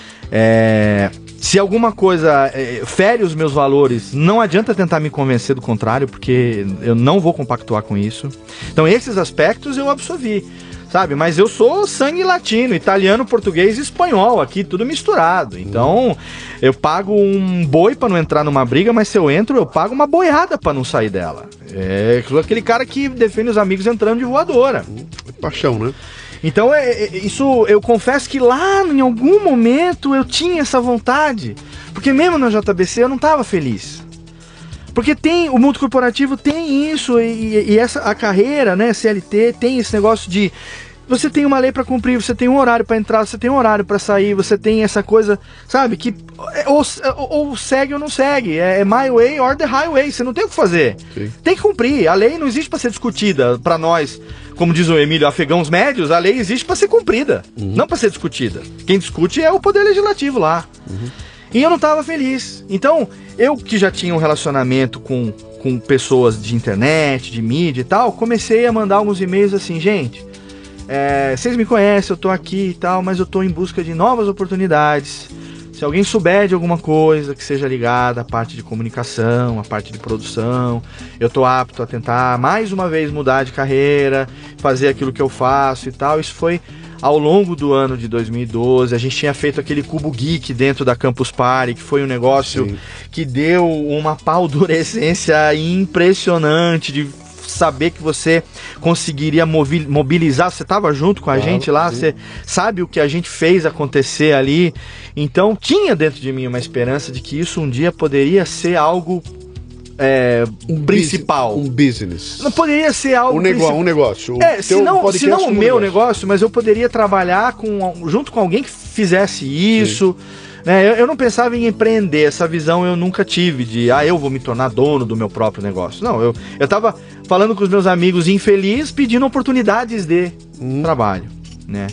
Se alguma coisa fere os meus valores, não adianta tentar me convencer do contrário, porque eu não vou compactuar com isso. Então esses aspectos eu absorvi, sabe? Mas eu sou sangue latino, italiano, português e espanhol, aqui tudo misturado. Então eu pago um boi para não entrar numa briga, mas se eu entro, eu pago uma boiada para não sair dela. Sou aquele cara que defende os amigos entrando de voadora. Paixão, né? Então, isso eu confesso que lá em algum momento eu tinha essa vontade. Porque mesmo na JBC eu não estava feliz. Porque o mundo corporativo tem isso, e a carreira, né, CLT, tem esse negócio de... Você tem uma lei para cumprir, você tem um horário para entrar, você tem um horário para sair, você tem essa coisa, sabe, que ou segue ou não segue, é my way or the highway, você não tem o que fazer. Sim. Tem que cumprir, a lei não existe para ser discutida, para nós, como diz o Emílio, afegãos médios, a lei existe para ser cumprida, não para ser discutida. Quem discute é o poder legislativo lá. E eu não estava feliz. Então, eu que já tinha um relacionamento com pessoas de internet, de mídia e tal, comecei a mandar alguns e-mails assim: gente, vocês me conhecem, eu tô aqui e tal, mas eu tô em busca de novas oportunidades. Se alguém souber de alguma coisa que seja ligada à parte de comunicação, à parte de produção, eu tô apto a tentar mais uma vez mudar de carreira, fazer aquilo que eu faço e tal. Isso foi ao longo do ano de 2012. A gente tinha feito aquele Cubo Geek dentro da Campus Party, que foi um negócio que deu uma paldurecência impressionante de saber que você conseguiria mobilizar. Você estava junto com a gente lá, você sabe o que a gente fez acontecer ali. Então tinha dentro de mim uma esperança de que isso um dia poderia ser algo principal. Um business. Não poderia ser algo um negócio. Se não o meu negócio, mas eu poderia trabalhar junto com alguém que fizesse isso. Eu não pensava em empreender, essa visão eu nunca tive de, eu vou me tornar dono do meu próprio negócio. Não, eu estava falando com os meus amigos infelizes, pedindo oportunidades de trabalho, né?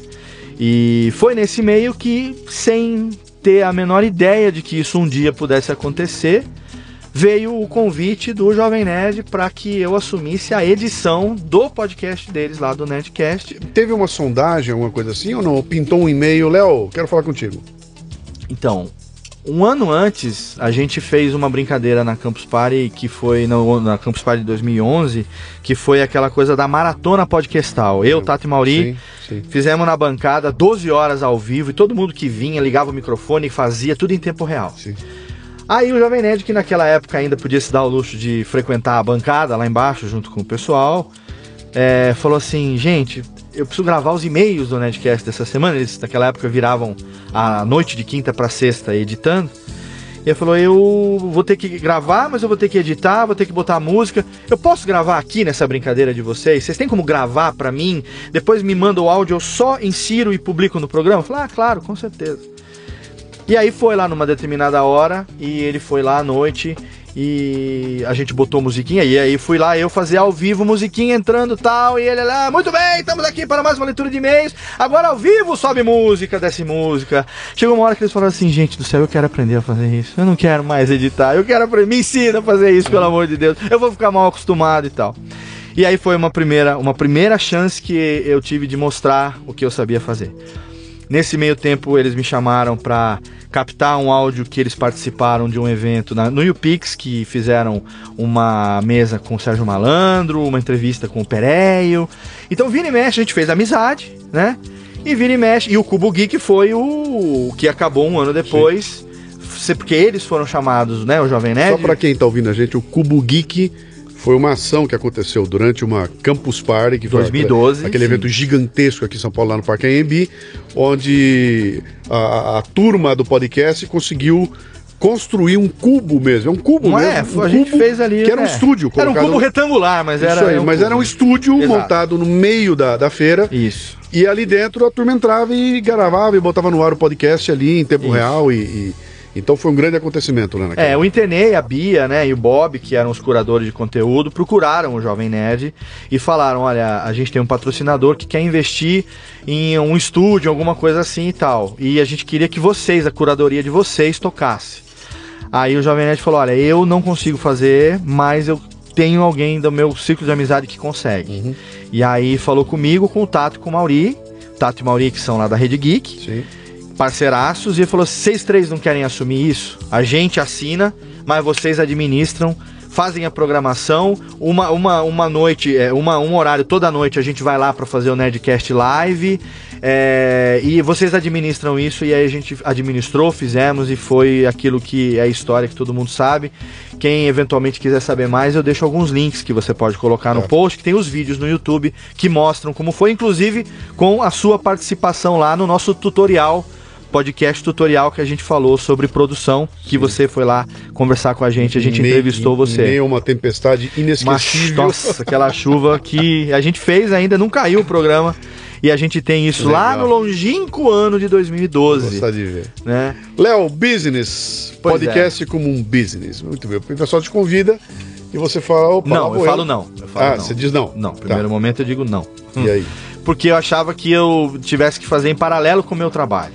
E foi nesse meio que, sem ter a menor ideia de que isso um dia pudesse acontecer, veio o convite do Jovem Nerd para que eu assumisse a edição do podcast deles lá do Nerdcast. Teve uma sondagem, alguma coisa assim, ou não? Pintou um e-mail: Léo, quero falar contigo. Então, um ano antes, a gente fez uma brincadeira na Campus Party, que foi na Campus Party de 2011, que foi aquela coisa da maratona podcastal. Eu, Tato e Mauri, fizemos na bancada 12 horas ao vivo, e todo mundo que vinha ligava o microfone e fazia tudo em tempo real. Sim. Aí o Jovem Nerd, que naquela época ainda podia se dar o luxo de frequentar a bancada lá embaixo junto com o pessoal, falou assim: gente, eu preciso gravar os e-mails do Nerdcast dessa semana. Eles naquela época viravam a noite de quinta para sexta editando. E ele falou: eu vou ter que gravar, mas eu vou ter que editar, vou ter que botar música. Eu posso gravar aqui nessa brincadeira de vocês? Vocês têm como gravar para mim? Depois me manda o áudio, eu só insiro e publico no programa? Eu falei: claro, com certeza. E aí foi lá numa determinada hora, e ele foi lá à noite, e a gente botou musiquinha, e aí fui lá eu fazer ao vivo, musiquinha entrando e tal, e ele lá: muito bem, estamos aqui para mais uma leitura de e-mails, agora ao vivo, sobe música, desce música. Chegou uma hora que eles falaram assim: gente do céu, eu quero aprender a fazer isso, eu não quero mais editar, eu quero aprender, me ensina a fazer isso, pelo amor de Deus, eu vou ficar mal acostumado e tal. E aí foi uma primeira chance que eu tive de mostrar o que eu sabia fazer. Nesse meio tempo eles me chamaram para captar um áudio que eles participaram de um evento no YouPix, que fizeram uma mesa com o Sérgio Malandro, uma entrevista com o Pereio. Então vira e mexe, a gente fez amizade, né? E vira e mexe, e o Cubo Geek foi o que acabou um ano depois porque eles foram chamados, né, o Jovem Nerd. Só para quem está ouvindo a gente, o Cubo Geek foi uma ação que aconteceu durante uma Campus Party, que foi 2012, aquele evento gigantesco aqui em São Paulo, lá no Parque Anhembi, onde a turma do podcast conseguiu construir um cubo mesmo. É um cubo mesmo. A gente fez ali. Que era um estúdio. Era um cubo retangular, mas era. Isso aí, mas era um estúdio montado no meio da feira. Isso. E ali dentro a turma entrava e gravava e botava no ar o podcast ali em tempo real então foi um grande acontecimento lá naquela. O Intenei, a Bia, né, e o Bob, que eram os curadores de conteúdo, procuraram o Jovem Nerd e falaram, olha, a gente tem um patrocinador que quer investir em um estúdio, alguma coisa assim e tal. E a gente queria que vocês, a curadoria de vocês, tocasse. Aí o Jovem Nerd falou, olha, eu não consigo fazer, mas eu tenho alguém do meu ciclo de amizade que consegue. Uhum. E aí falou comigo, com o Tato e com o Mauri. Tato e Mauri, que são lá da Rede Geek. Sim. Parceiraços, e ele falou, vocês três não querem assumir isso? A gente assina, mas vocês administram, fazem a programação, uma noite, um horário, toda noite a gente vai lá para fazer o Nerdcast Live, e vocês administram isso, e aí a gente administrou, fizemos, e foi aquilo que é a história que todo mundo sabe. Quem eventualmente quiser saber mais, eu deixo alguns links que você pode colocar no post, que tem os vídeos no YouTube que mostram como foi, inclusive com a sua participação lá no nosso tutorial, podcast tutorial que a gente falou sobre produção, que você foi lá conversar com a gente entrevistou você. Meio uma tempestade inesquecível. Nossa, aquela chuva que a gente fez ainda, não caiu o programa, e a gente tem isso lá no longínquo ano de 2012. Gostar de ver. Né? Léo, business, podcast como um business. Muito bem, o pessoal te convida e você fala, opa, não, eu falo não. Você diz não? Não, primeiro momento eu digo não. E aí? Porque eu achava que eu tivesse que fazer em paralelo com o meu trabalho.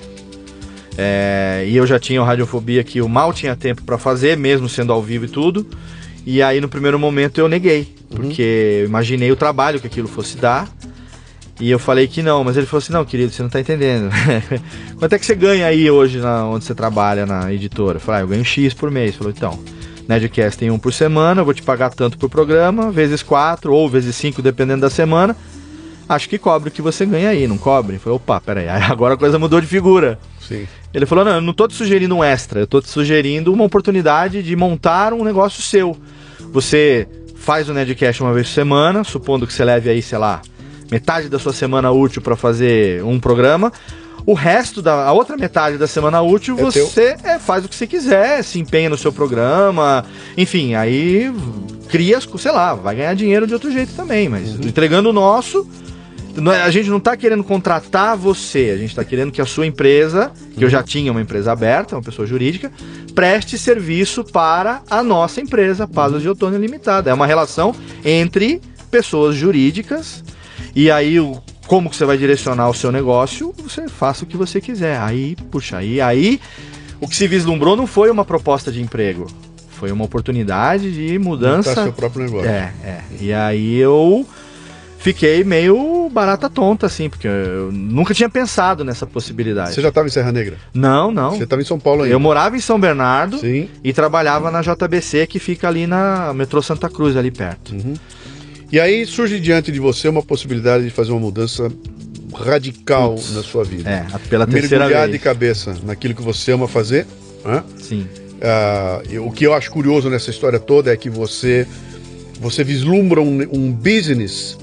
E eu já tinha o Radiofobia que eu mal tinha tempo para fazer, mesmo sendo ao vivo e tudo. E aí no primeiro momento eu neguei, porque eu imaginei o trabalho que aquilo fosse dar. E eu falei que não, mas ele falou assim, não, querido, você não tá entendendo. Quanto é que você ganha aí hoje onde você trabalha na editora? Eu falei, eu ganho X por mês. Ele falou, então, Nerdcast tem um por semana, eu vou te pagar tanto por programa, vezes 4 ou vezes 5, dependendo da semana. Acho que cobre o que você ganha aí, não cobre? Eu falei, opa, peraí, agora a coisa mudou de figura. Sim. Ele falou, não, eu não tô te sugerindo um extra, eu tô te sugerindo uma oportunidade de montar um negócio seu. Você faz o Nerdcast uma vez por semana, supondo que você leve aí, sei lá, metade da sua semana útil para fazer um programa. O resto, a outra metade da semana útil, você faz o que você quiser, se empenha no seu programa, enfim, aí cria, sei lá, vai ganhar dinheiro de outro jeito também, mas entregando o nosso... A gente não está querendo contratar você, a gente está querendo que a sua empresa, que eu já tinha uma empresa aberta, uma pessoa jurídica, preste serviço para a nossa empresa, Passos de Otônio Limitada. É uma relação entre pessoas jurídicas, e aí como que você vai direcionar o seu negócio, você faça o que você quiser. Aí, puxa, aí o que se vislumbrou não foi uma proposta de emprego, foi uma oportunidade de mudança. Montar seu próprio negócio. E aí eu... fiquei meio barata tonta, assim, porque eu nunca tinha pensado nessa possibilidade. Você já estava em Serra Negra? Não. Você estava em São Paulo ainda? Eu morava em São Bernardo. Sim. E trabalhava na JBC, que fica ali na metrô Santa Cruz, ali perto. E aí surge diante de você uma possibilidade de fazer uma mudança radical na sua vida. Pela terceira mergulhar vez. de cabeça naquilo que você ama fazer. Sim. O que eu acho curioso nessa história toda é que você vislumbra um business.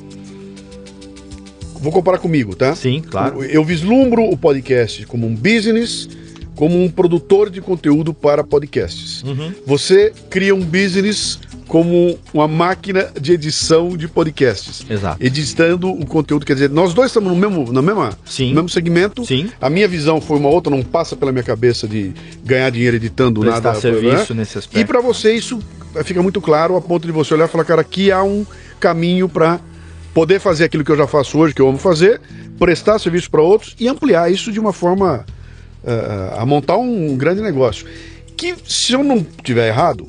Vou comparar comigo, tá? Sim, claro. Eu vislumbro o podcast como um business, como um produtor de conteúdo para podcasts. Você cria um business como uma máquina de edição de podcasts. Exato. Editando o conteúdo, quer dizer, nós dois estamos no mesmo segmento. Sim. A minha visão foi uma outra, não passa pela minha cabeça de ganhar dinheiro editando prestar nada. serviço nesse aspecto. E para você isso fica muito claro a ponto de você olhar e falar, cara, aqui há um caminho para poder fazer aquilo que eu já faço hoje, que eu amo fazer, prestar serviço para outros e ampliar isso de uma forma a montar um grande negócio. Que, se eu não estiver errado,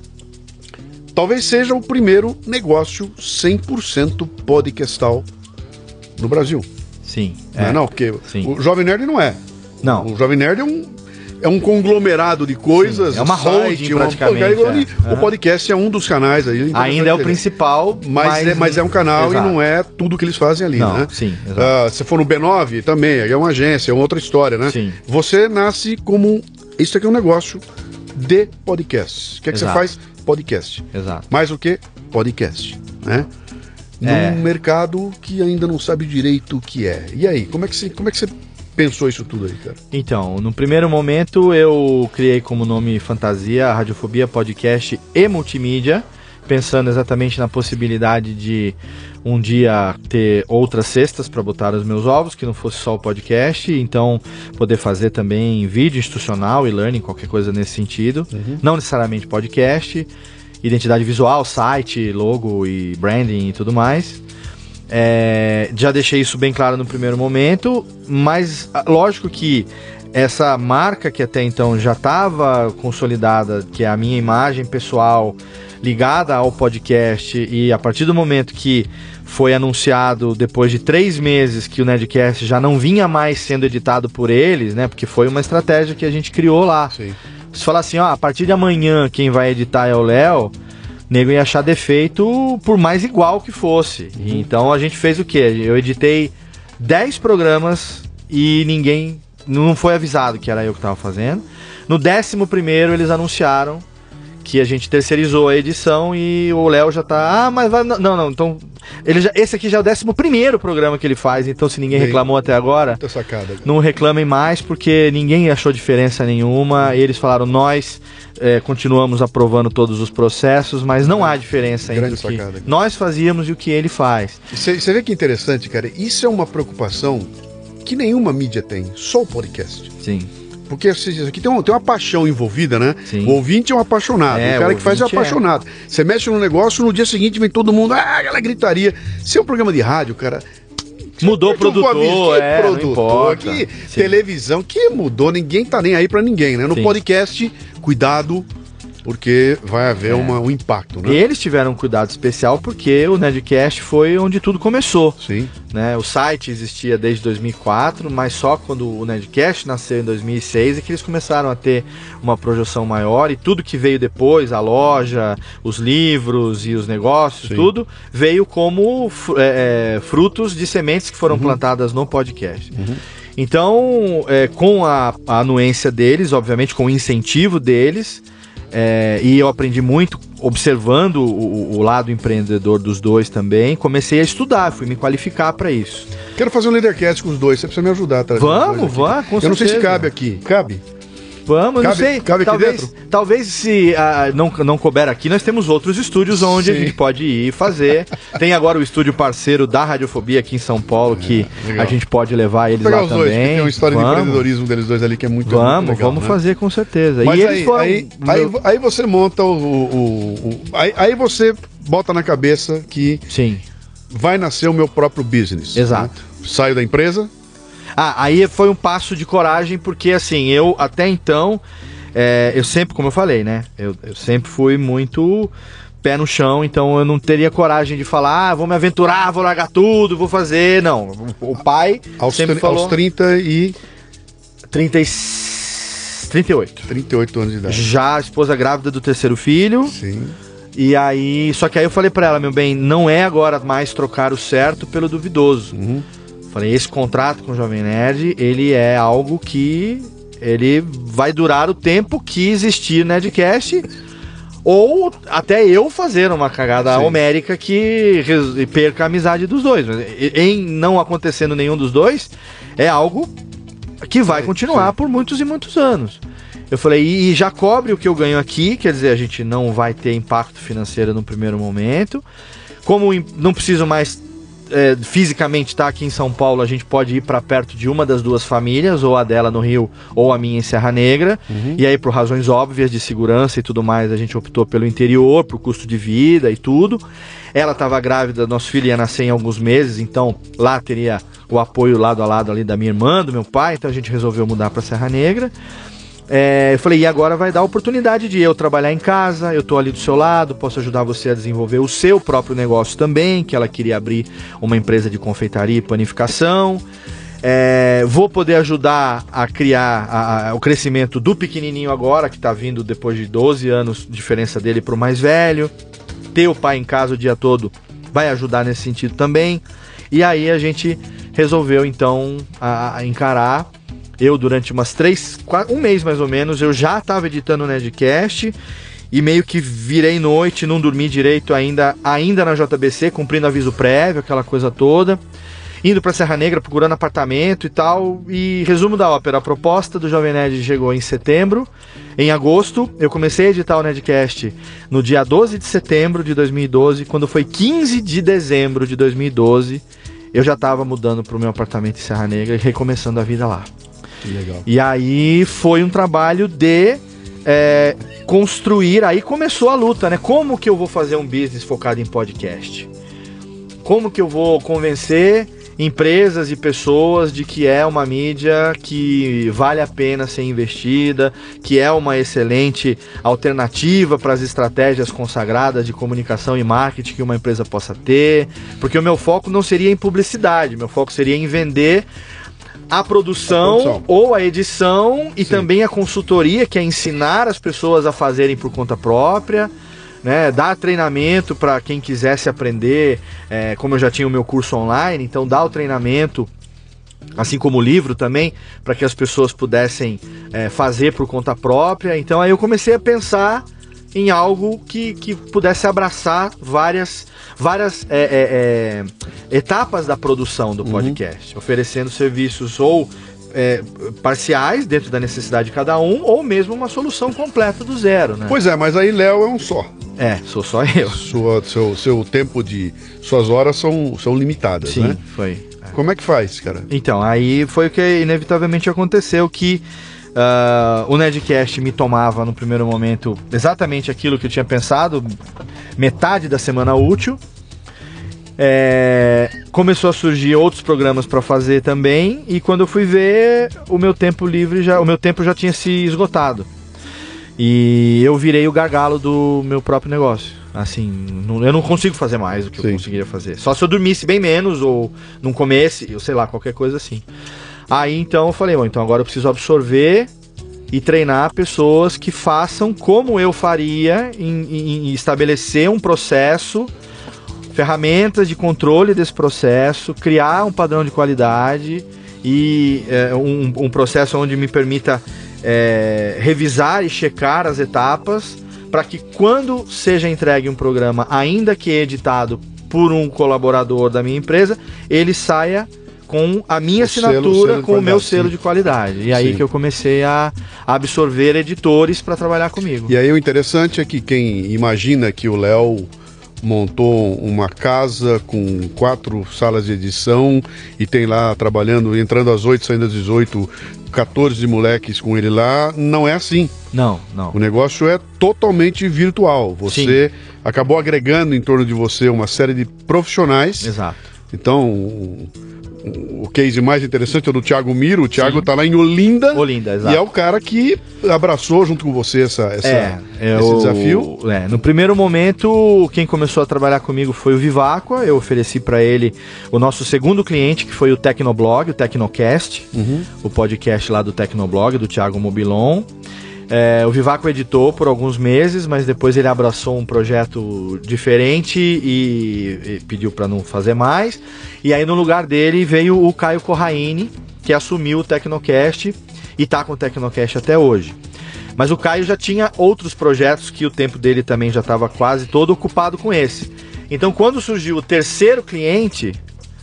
talvez seja o primeiro negócio 100% podcastal no Brasil. Sim. Não, porque Sim. o Jovem Nerd não é. Não. O Jovem Nerd é um conglomerado de coisas. Sim, é uma holding praticamente. O podcast é um dos canais aí. Ainda é o principal, mas é um canal. Exato. E não é tudo que eles fazem ali, não, né? Sim, exato. Se for no B9, também, é uma agência, é uma outra história, né? Sim. Você nasce como... Isso aqui é um negócio de podcasts. O que é que você faz? Podcast. Exato. Mais o que? Podcast, né? Num mercado que ainda não sabe direito o que é. E aí, como é que você pensou isso tudo aí, cara? Então, no primeiro momento eu criei como nome fantasia a Radiofobia Podcast e Multimídia, pensando exatamente na possibilidade de um dia ter outras cestas para botar os meus ovos, que não fosse só o podcast, então poder fazer também vídeo institucional, e-learning, qualquer coisa nesse sentido, não necessariamente podcast, identidade visual, site, logo e branding e tudo mais. Já deixei isso bem claro no primeiro momento, mas lógico que essa marca que até então já estava consolidada, que é a minha imagem pessoal ligada ao podcast, e a partir do momento que foi anunciado, depois de 3 meses, que o Nerdcast já não vinha mais sendo editado por eles, né? Porque foi uma estratégia que a gente criou lá. Sim. Se falar assim, ó, a partir de amanhã quem vai editar é o Léo, nego ia achar defeito por mais igual que fosse. Então a gente fez o quê? Eu editei 10 programas e ninguém não foi avisado que era eu que estava fazendo. No 11º eles anunciaram que a gente terceirizou a edição e o Léo já tá... mas vai... Não, então... esse aqui já é o 11º programa que ele faz, então se ninguém reclamou até agora, sacada, não reclamem mais, porque ninguém achou diferença nenhuma. Eles falaram, nós continuamos aprovando todos os processos, mas não há diferença entre o que nós fazíamos e o que ele faz. Você vê que interessante, cara? Isso é uma preocupação que nenhuma mídia tem, só o podcast. Sim. Porque isso aqui tem uma paixão envolvida, né? Sim. O ouvinte é um apaixonado, o cara que faz é um apaixonado. Você mexe no negócio, no dia seguinte vem todo mundo, aquela gritaria. Se é um programa de rádio, cara... Mudou o produtor, não importa. Que televisão, que mudou, ninguém tá nem aí pra ninguém, né? No podcast, cuidado, porque vai haver um impacto, né? Eles tiveram um cuidado especial porque o Nerdcast foi onde tudo começou. Sim. Né? O site existia desde 2004, mas só quando o Nerdcast nasceu em 2006 é que eles começaram a ter uma projeção maior, e tudo que veio depois, a loja, os livros e os negócios, tudo veio como frutos de sementes que foram plantadas no podcast. Então, com a anuência deles, obviamente com o incentivo deles, e eu aprendi muito observando o lado empreendedor dos dois também. Comecei a estudar, fui me qualificar para isso. Quero fazer um Leadercast com os dois, você precisa me ajudar. Vamos, com certeza. Eu não sei se cabe aqui. Cabe? Vamos, não sei. Cabe aqui dentro? Talvez se não couber aqui, nós temos outros estúdios onde a gente pode ir fazer. Tem agora o estúdio parceiro da Radiofobia aqui em São Paulo, que a gente pode levar eles lá também. Dois, tem uma história de empreendedorismo deles dois ali que é muito legal. Vamos fazer com certeza. Mas e aí você monta aí você bota na cabeça que vai nascer o meu próprio business. Exato. Né? Saio da empresa. Aí foi um passo de coragem, porque assim, eu até então, eu sempre, como eu falei, né, eu sempre fui muito pé no chão, então eu não teria coragem de falar, vou me aventurar, vou largar tudo, vou fazer, não. O pai sempre falou... Aos 38. 38 anos de idade. Já a esposa grávida do 3º filho. Sim. E aí, só que aí eu falei pra ela, meu bem, não é agora mais trocar o certo pelo duvidoso. Falei, esse contrato com o Jovem Nerd, ele é algo que ele vai durar o tempo que existir Nerdcast, ou até eu fazer uma cagada homérica que perca a amizade dos dois. Em não acontecendo nenhum dos dois, é algo que vai continuar por muitos e muitos anos. Eu falei, e já cobre o que eu ganho aqui, quer dizer, a gente não vai ter impacto financeiro no primeiro momento. Como não preciso mais fisicamente estar aqui em São Paulo, a gente pode ir para perto de uma das duas famílias, ou a dela no Rio, ou a minha em Serra Negra. E aí, por razões óbvias de segurança e tudo mais, a gente optou pelo interior, por custo de vida e tudo. Ela estava grávida, nosso filho ia nascer em alguns meses, então lá teria o apoio lado a lado ali da minha irmã, do meu pai, então a gente resolveu mudar para Serra Negra. Eu falei, e agora vai dar a oportunidade de eu trabalhar em casa, eu tô ali do seu lado, posso ajudar você a desenvolver o seu próprio negócio também, que ela queria abrir uma empresa de confeitaria e panificação. Vou poder ajudar a criar o crescimento do pequenininho agora, que tá vindo depois de 12 anos, diferença dele pro mais velho. Ter o pai em casa o dia todo vai ajudar nesse sentido também. E aí a gente resolveu então encarar. eu durante umas 1 mês mais ou menos, eu já estava editando o Nerdcast e meio que virei noite, não dormi direito ainda na JBC, cumprindo aviso prévio, aquela coisa toda. Indo para Serra Negra, procurando apartamento e tal. E resumo da ópera, a proposta do Jovem Nerd chegou em setembro. Em agosto, eu comecei a editar o Nerdcast no dia 12 de setembro de 2012. Quando foi 15 de dezembro de 2012, eu já estava mudando para o meu apartamento em Serra Negra e recomeçando a vida lá. Que legal. E aí foi um trabalho de construir, aí começou a luta, né? Como que eu vou fazer um business focado em podcast? Como que eu vou convencer empresas e pessoas de que é uma mídia que vale a pena ser investida, que é uma excelente alternativa para as estratégias consagradas de comunicação e marketing que uma empresa possa ter, porque o meu foco não seria em publicidade, meu foco seria em vender a produção ou a edição e também a consultoria, que é ensinar as pessoas a fazerem por conta própria, né, dar treinamento para quem quisesse aprender, como eu já tinha o meu curso online, então dar o treinamento, assim como o livro também, para que as pessoas pudessem fazer por conta própria. Então aí eu comecei a pensar em algo que pudesse abraçar várias etapas da produção do podcast, oferecendo serviços ou parciais dentro da necessidade de cada um, ou mesmo uma solução completa do zero, né? Pois é, mas aí Léo é um só. Sou só eu. Seu tempo suas horas são limitadas, sim, né? Sim, foi. Como é que faz, cara? Então, aí foi o que inevitavelmente aconteceu, que o Nerdcast me tomava no primeiro momento exatamente aquilo que eu tinha pensado, metade da semana útil. Começou a surgir outros programas para fazer também, e quando eu fui ver, o meu tempo já tinha se esgotado. E eu virei o gargalo do meu próprio negócio. Assim, eu não consigo fazer mais do que eu conseguiria fazer. Só se eu dormisse bem menos, ou não comesse, ou sei lá, qualquer coisa assim. Aí então eu falei, então agora eu preciso absorver e treinar pessoas que façam como eu faria em estabelecer um processo, ferramentas de controle desse processo, criar um padrão de qualidade e um processo onde me permita revisar e checar as etapas, para que quando seja entregue um programa, ainda que editado por um colaborador da minha empresa, ele saia com a minha assinatura, com o meu selo de qualidade. E aí que eu comecei a absorver editores para trabalhar comigo. E aí o interessante é que quem imagina que o Léo montou uma casa com 4 salas de edição e tem lá trabalhando, entrando às 8, saindo às 18, 14 moleques com ele lá, não é assim. Não. O negócio é totalmente virtual. Você acabou agregando em torno de você uma série de profissionais. Exato. Então, o case mais interessante é o do Thiago Miro. O Thiago está lá em Olinda. Exato. E é o cara que abraçou junto com você esse desafio. No primeiro momento, quem começou a trabalhar comigo foi o Viváqua. Eu ofereci para ele o nosso segundo cliente, que foi o Tecnoblog, o Tecnocast, o podcast lá do Tecnoblog, do Thiago Mobilon. O Viváqua editou por alguns meses, mas depois ele abraçou um projeto diferente e pediu para não fazer mais. E aí no lugar dele veio o Caio Corraine, que assumiu o Tecnocast e tá com o Tecnocast até hoje. Mas o Caio já tinha outros projetos que o tempo dele também já estava quase todo ocupado com esse. Então quando surgiu o terceiro cliente,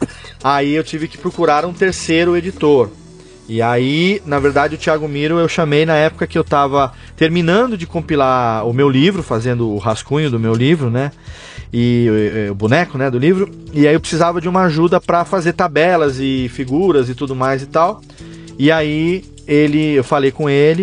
aí eu tive que procurar um terceiro editor. E aí, na verdade, o Thiago Miro eu chamei na época que eu estava terminando de compilar o meu livro, fazendo o rascunho do meu livro, né? E o boneco, né, do livro. E aí eu precisava de uma ajuda para fazer tabelas e figuras e tudo mais e tal. E aí eu falei com ele,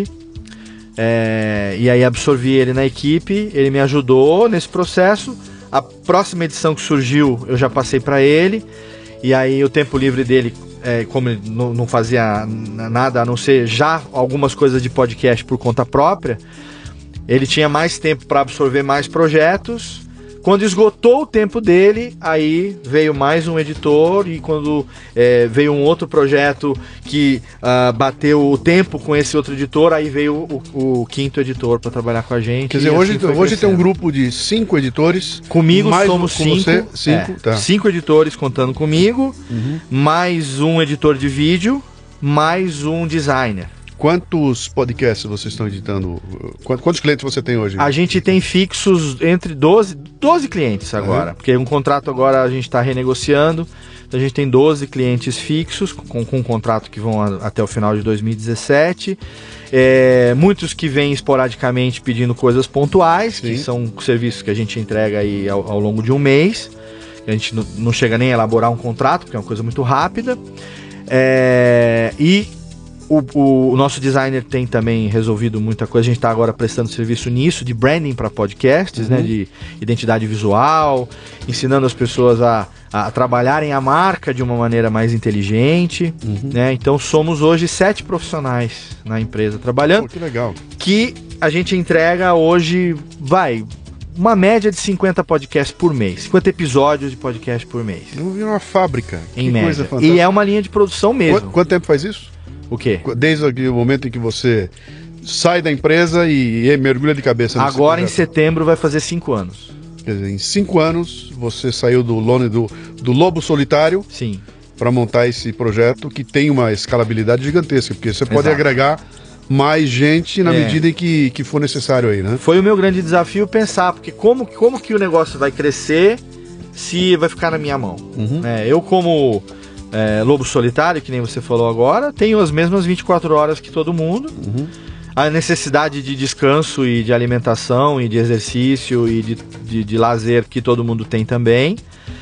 e aí absorvi ele na equipe, ele me ajudou nesse processo. A próxima edição que surgiu eu já passei para ele. E aí o tempo livre dele, como ele não fazia nada a não ser já algumas coisas de podcast por conta própria, ele tinha mais tempo para absorver mais projetos. Quando esgotou o tempo dele, aí veio mais um editor, e quando veio um outro projeto que bateu o tempo com esse outro editor, aí veio o quinto editor para trabalhar com a gente. Quer dizer, hoje tem um grupo de 5 editores. Comigo somos 5. Você, 5 5 editores contando comigo, mais um editor de vídeo, mais um designer. Quantos podcasts vocês estão editando? Quantos clientes você tem hoje? A gente tem fixos entre 12 clientes agora, porque um contrato agora a gente está renegociando, então a gente tem 12 clientes fixos, com um contrato que vão até o final de 2017, muitos que vêm esporadicamente pedindo coisas pontuais, Sim. que são serviços que a gente entrega aí ao longo de um mês, a gente não chega nem a elaborar um contrato, porque é uma coisa muito rápida, e o nosso designer tem também resolvido muita coisa. A gente está agora prestando serviço nisso, de branding para podcasts, né, de identidade visual, ensinando as pessoas a trabalharem a marca de uma maneira mais inteligente, né? Então somos hoje 7 profissionais na empresa trabalhando. Pô, que legal. Que a gente entrega hoje, uma média de 50 podcasts por mês, 50 episódios de podcast por mês. Eu vi uma fábrica. Em que média. Coisa fantástica. E é uma linha de produção mesmo. Quanto tempo faz isso? O quê? Desde o momento em que você sai da empresa e mergulha de cabeça nesse Agora em projeto. setembro vai fazer 5 anos. Quer dizer, em 5 anos você saiu do lobo solitário Sim. para montar esse projeto que tem uma escalabilidade gigantesca, porque você pode Exato. agregar mais gente na medida em que for necessário aí, né? Foi o meu grande desafio pensar, porque como que o negócio vai crescer se vai ficar na minha mão? Eu como lobo solitário, que nem você falou agora, tenho as mesmas 24 horas que todo mundo. A necessidade de descanso e de alimentação e de exercício e de lazer que todo mundo tem também.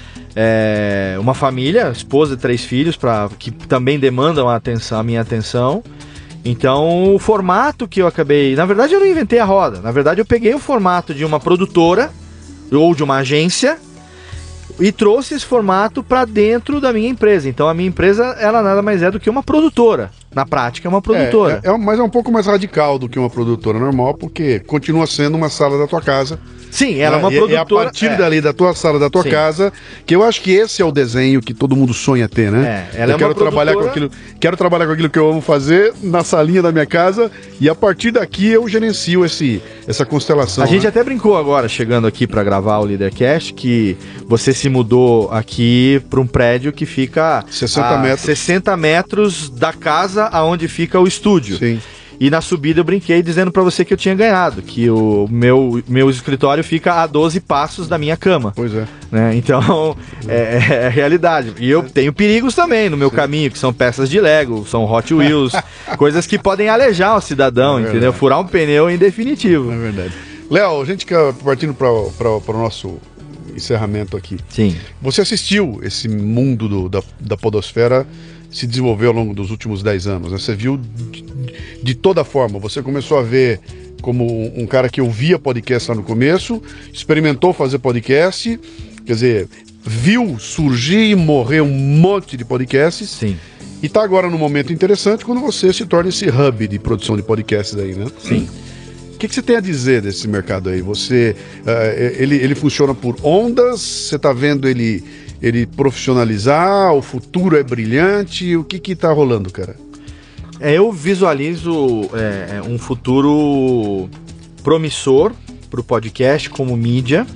Uma família, esposa e 3 filhos que também demandam a minha atenção. Então o formato que eu acabei... Na verdade eu não inventei a roda. Na verdade eu peguei o formato de uma produtora ou de uma agência e trouxe esse formato para dentro da minha empresa. Então a minha empresa, ela nada mais é do que uma produtora. Na prática é uma produtora. Mas é um pouco mais radical do que uma produtora normal, porque continua sendo uma sala da tua casa. Sim, ela é uma produtora. E a partir dali da tua sala da tua Sim. casa, que eu acho que esse é o desenho que todo mundo sonha ter, né? Ela eu é quero uma trabalhar com produtora. aquilo, quero trabalhar com aquilo que eu amo fazer na salinha da minha casa, e a partir daqui eu gerencio essa constelação. A gente né? até brincou agora, chegando aqui para gravar o Leadercast, que você se mudou aqui para um prédio que fica 60 metros da casa aonde fica o estúdio. Sim. E na subida eu brinquei dizendo para você que eu tinha ganhado, que o meu escritório fica a 12 passos da minha cama. Pois é. Né? Então, é realidade. E eu tenho perigos também no meu caminho, que são peças de Lego, são Hot Wheels, coisas que podem alejar o cidadão, entendeu? Furar um pneu em definitivo. É verdade. Léo, a gente partindo para o nosso encerramento aqui. Sim. Você assistiu esse mundo da podosfera se desenvolver ao longo dos últimos 10 anos, né? Você viu de toda forma. Você começou a ver como um cara que ouvia podcast lá no começo, experimentou fazer podcast, quer dizer, viu surgir e morrer um monte de podcasts. Sim. E está agora num momento interessante quando você se torna esse hub de produção de podcasts aí, né? Sim. O que você tem a dizer desse mercado aí? Ele funciona por ondas? Você está vendo ele profissionalizar? O futuro é brilhante? O que está rolando, cara? Eu visualizo um futuro promissor para o podcast como mídia,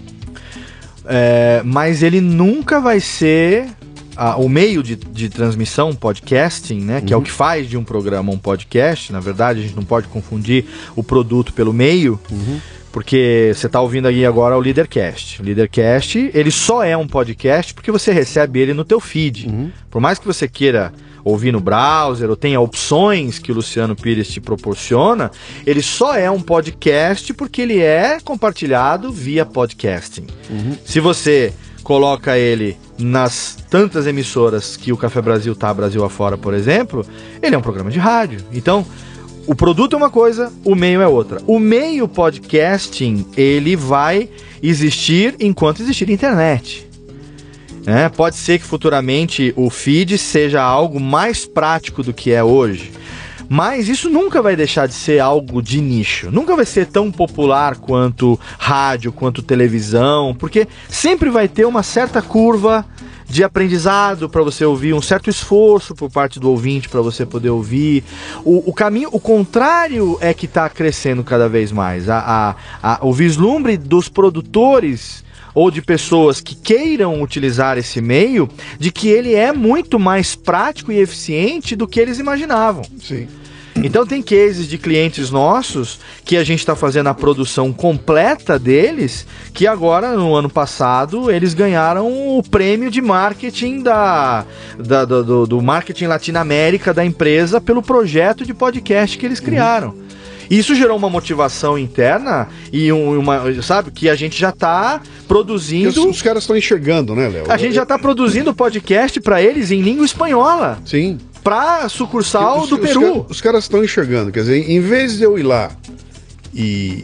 mas ele nunca vai ser o meio de transmissão, podcasting, né, que é o que faz de um programa um podcast. Na verdade, a gente não pode confundir o produto pelo meio, porque você está ouvindo aí agora o Leadercast. O Leadercast, ele só é um podcast porque você recebe ele no teu feed. Por mais que você queira ouvir no browser ou tenha opções que o Luciano Pires te proporciona, ele só é um podcast porque ele é compartilhado via podcasting. Se você coloca ele nas tantas emissoras que o Café Brasil tá Brasil afora, por exemplo, ele é um programa de rádio. Então, o produto é uma coisa, o meio é outra. O meio podcasting, ele vai existir enquanto existir internet. Pode ser que futuramente o feed seja algo mais prático do que é hoje, mas isso nunca vai deixar de ser algo de nicho, nunca vai ser tão popular quanto rádio, quanto televisão, porque sempre vai ter uma certa curva de aprendizado para você ouvir, um certo esforço por parte do ouvinte para você poder ouvir. O caminho, o contrário é que está crescendo cada vez mais. O vislumbre dos produtores ou de pessoas que queiram utilizar esse meio, de que ele é muito mais prático e eficiente do que eles imaginavam. Sim. Então tem cases de clientes nossos que a gente está fazendo a produção completa deles, que agora, no ano passado, eles ganharam o prêmio de marketing do marketing Latinoamérica da empresa pelo projeto de podcast que eles criaram. Isso gerou uma motivação interna e sabe, que a gente já está produzindo... Os caras estão enxergando, né, Léo? A gente já está produzindo podcast para eles em língua espanhola. Sim. Para sucursal do Peru. Os caras estão enxergando, quer dizer, em vez de eu ir lá e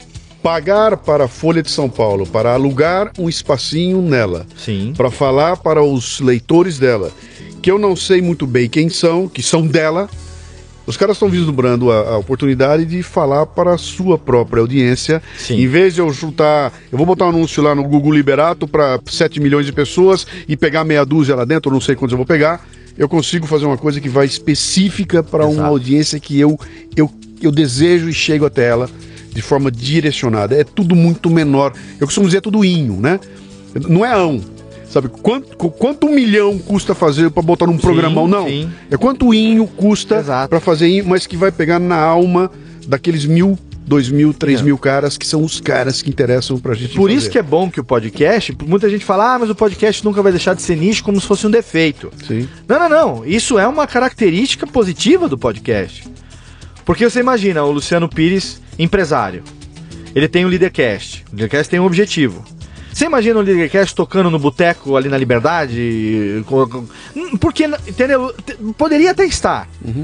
pagar para a Folha de São Paulo, para alugar um espacinho nela, sim, para falar para os leitores dela, que eu não sei muito bem quem são, que são dela, os caras estão vislumbrando a oportunidade de falar para a sua própria audiência. Sim. Em vez de eu chutar, eu vou botar um anúncio lá no Google Liberato para 7 milhões de pessoas e pegar meia dúzia lá dentro, eu não sei quantos eu vou pegar. Eu consigo fazer uma coisa que vai específica para uma audiência que eu desejo e chego até ela de forma direcionada. É tudo muito menor. Eu costumo dizer tudo inho, né? Não é ão. Sabe, quanto 1 milhão custa fazer para botar num programão? Não. Sim. É quanto inho custa para fazer inho, mas que vai pegar na alma daqueles 1.000, 2.000, 3.000 caras que são os caras que interessam pra gente Por fazer. isso que é bom que o podcast, muita gente fala, mas o podcast nunca vai deixar de ser nicho como se fosse um defeito. Sim. Não. Isso é uma característica positiva do podcast. Porque você imagina o Luciano Pires, empresário. Ele tem o Leadercast. O Leadercast tem um objetivo. Você imagina o Leadercast tocando no boteco ali na Liberdade? Porque, entendeu? Poderia até estar.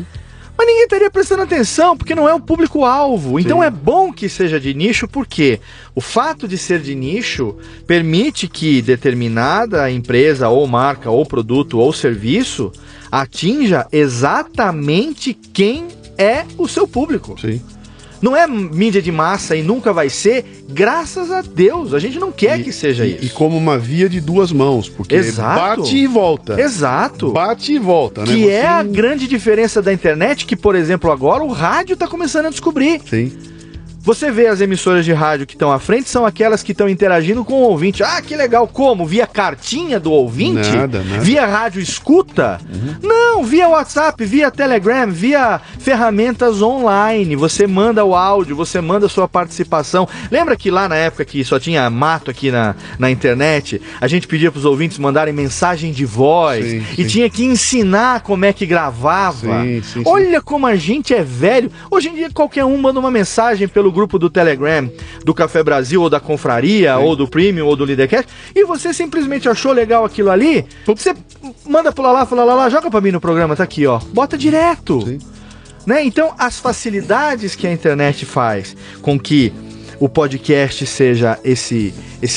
Mas ninguém estaria prestando atenção, porque não é o público-alvo. Então é bom que seja de nicho, porque o fato de ser de nicho permite que determinada empresa, ou marca, ou produto, ou serviço atinja exatamente quem é o seu público. Sim. Não é mídia de massa e nunca vai ser, graças a Deus. A gente não quer que seja isso. E como uma via de duas mãos, porque bate e volta. Exato. Bate e volta, né? Que é a grande diferença da internet, que, por exemplo, agora o rádio está começando a descobrir. Sim. Você vê as emissoras de rádio que estão à frente, são aquelas que estão interagindo com o ouvinte. Ah, que legal. Como? Via cartinha do ouvinte? Nada. Via rádio escuta? Não, via WhatsApp, via Telegram, via ferramentas online. Você manda o áudio, você manda a sua participação. Lembra que lá na época que só tinha mato aqui na internet, a gente pedia para os ouvintes mandarem mensagem de voz e tinha que ensinar como é que gravava? Sim. Olha como a gente é velho. Hoje em dia qualquer um manda uma mensagem pelo grupo do Telegram, do Café Brasil, ou da Confraria, ou do Premium, ou do Leadercast, e você simplesmente achou legal aquilo ali, você manda pra lá, joga pra mim no programa, tá aqui, ó, bota direto. Né? Então, as facilidades que a internet faz com que o podcast seja esse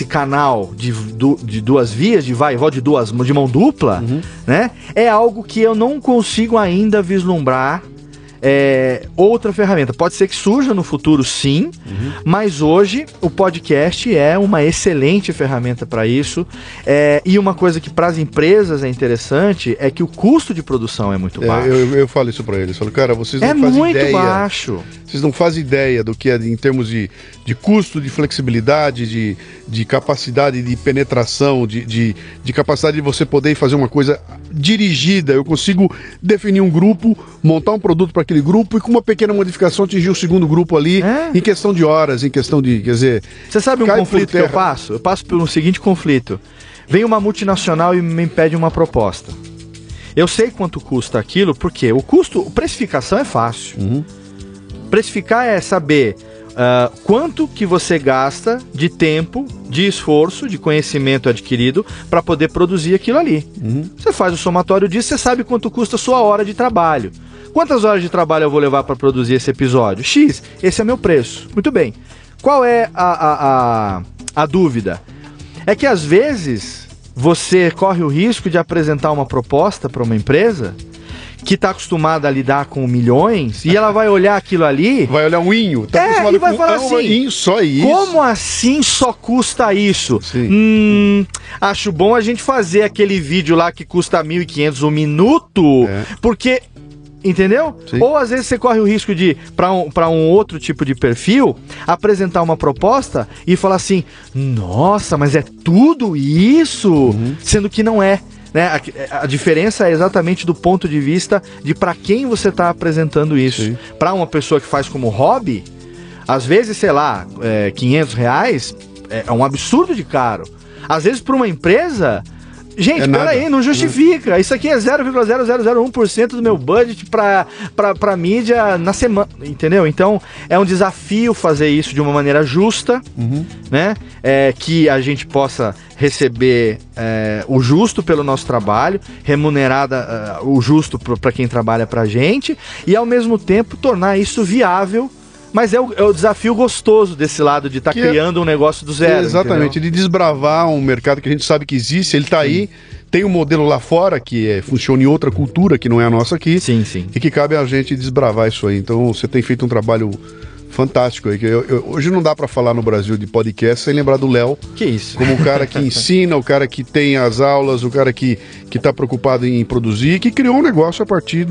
canal de duas vias, de vai e volta, de mão dupla, né? É algo que eu não consigo ainda vislumbrar outra ferramenta. Pode ser que surja no futuro, sim, mas hoje o podcast é uma excelente ferramenta para isso. E uma coisa que para as empresas é interessante é que o custo de produção é muito baixo. Eu falo isso para eles. Eu falo, cara, vocês não fazem muito ideia. Baixo. Vocês não fazem ideia do que é em termos de custo, de flexibilidade, de capacidade de penetração, de capacidade de você poder fazer uma coisa dirigida. Eu consigo definir um grupo, montar um produto para aquele grupo e com uma pequena modificação atingir o segundo grupo ali em questão de horas, em questão de, quer dizer... Você sabe um conflito que eu passo? Eu passo por um seguinte conflito. Vem uma multinacional e me pede uma proposta. Eu sei quanto custa aquilo, porque precificação é fácil. Precificar é saber quanto que você gasta de tempo, de esforço, de conhecimento adquirido para poder produzir aquilo ali. Você faz o somatório disso, você sabe quanto custa a sua hora de trabalho. Quantas horas de trabalho eu vou levar para produzir esse episódio? X, esse é meu preço. Muito bem. Qual é a dúvida? É que às vezes você corre o risco de apresentar uma proposta para uma empresa que está acostumada a lidar com milhões, e ela vai olhar aquilo ali... Vai olhar um inho. E vai falar assim, só isso? Como assim só custa isso? Acho bom a gente fazer aquele vídeo lá que custa 1.500 um minuto, porque Entendeu? Sim. Ou às vezes você corre o risco de, para um outro tipo de perfil, apresentar uma proposta e falar assim, nossa, mas é tudo isso? Sendo que não é. Né? A diferença é exatamente do ponto de vista de para quem você está apresentando isso. Para uma pessoa que faz como hobby, às vezes, sei lá, R$500 é um absurdo de caro. Às vezes, para uma empresa... Gente, peraí, não justifica. Isso aqui é 0,0001% do meu budget pra mídia na semana, entendeu? Então, é um desafio fazer isso de uma maneira justa, né? Que a gente possa receber o justo pelo nosso trabalho, remunerada o justo para quem trabalha pra gente, e ao mesmo tempo tornar isso viável. Mas é o desafio gostoso desse lado de estar criando um negócio do zero. Exatamente, entendeu? de desbravar um mercado que a gente sabe que existe, ele está aí, tem um modelo lá fora que funciona em outra cultura, que não é a nossa aqui. Sim, sim. E que cabe a gente desbravar isso aí. Então você tem feito um trabalho fantástico aí. Hoje não dá para falar no Brasil de podcast sem lembrar do Léo. Que isso? Como o cara que ensina, o cara que tem as aulas, o cara que está preocupado em produzir, que criou um negócio a partir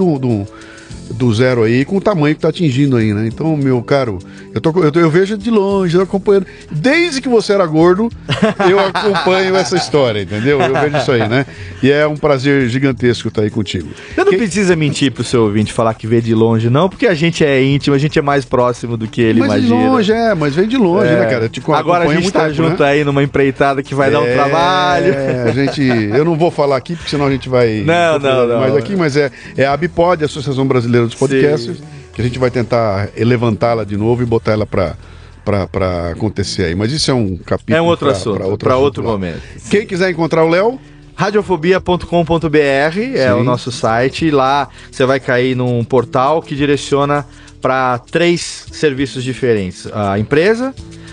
do zero aí, com o tamanho que tá atingindo aí, né? Então, meu caro, eu vejo de longe, eu acompanhando. Desde que você era gordo, eu acompanho essa história, entendeu? Eu vejo isso aí, né? E é um prazer gigantesco estar aí contigo. Você não precisa mentir pro seu ouvinte falar que vê de longe, não, porque a gente é íntimo, a gente é mais próximo do que ele imagina. Mas de longe, mas vem de longe, né, cara? Agora a gente tá junto, né? Aí numa empreitada que vai dar um trabalho. Eu não vou falar aqui, porque senão a gente vai... Não. Mas aqui, é a ABPOD, a Associação Brasileira dos Podcasts, que a gente vai tentar levantá-la de novo e botar ela para acontecer aí. Mas isso é um capítulo. É um outro assunto, para outro momento. Quem quiser encontrar o Léo, radiofobia.com.br é o nosso site. E lá você vai cair num portal que direciona para 3 serviços diferentes: a empresa,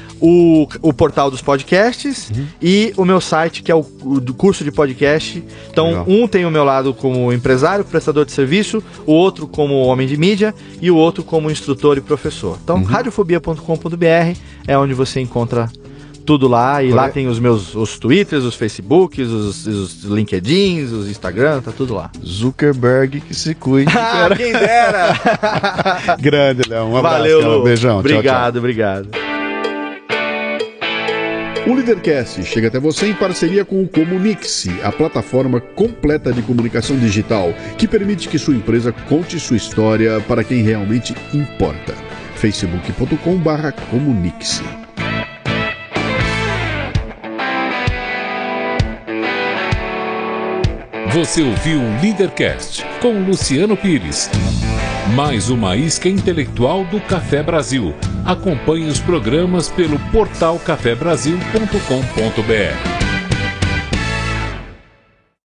o portal dos podcasts e o meu site, que é o do curso de podcast. Então, legal. Um tem o meu lado como empresário, prestador de serviço, o outro como homem de mídia e o outro como instrutor e professor. Então, radiofobia.com.br é onde você encontra tudo lá, e lá tem os Twitters, os Facebooks, os LinkedIns, os Instagram, tá tudo lá. Zuckerberg que se cuide. Quem dera! Grande, Léo. Um abraço. Valeu, Lu. Um beijão. Obrigado, tchau. Obrigado. O Lidercast chega até você em parceria com o Comunique-se, a plataforma completa de comunicação digital que permite que sua empresa conte sua história para quem realmente importa. facebook.com/comunique-se. Você ouviu o Lidercast com Luciano Pires. Mais uma isca intelectual do Café Brasil. Acompanhe os programas pelo portal cafebrasil.com.br.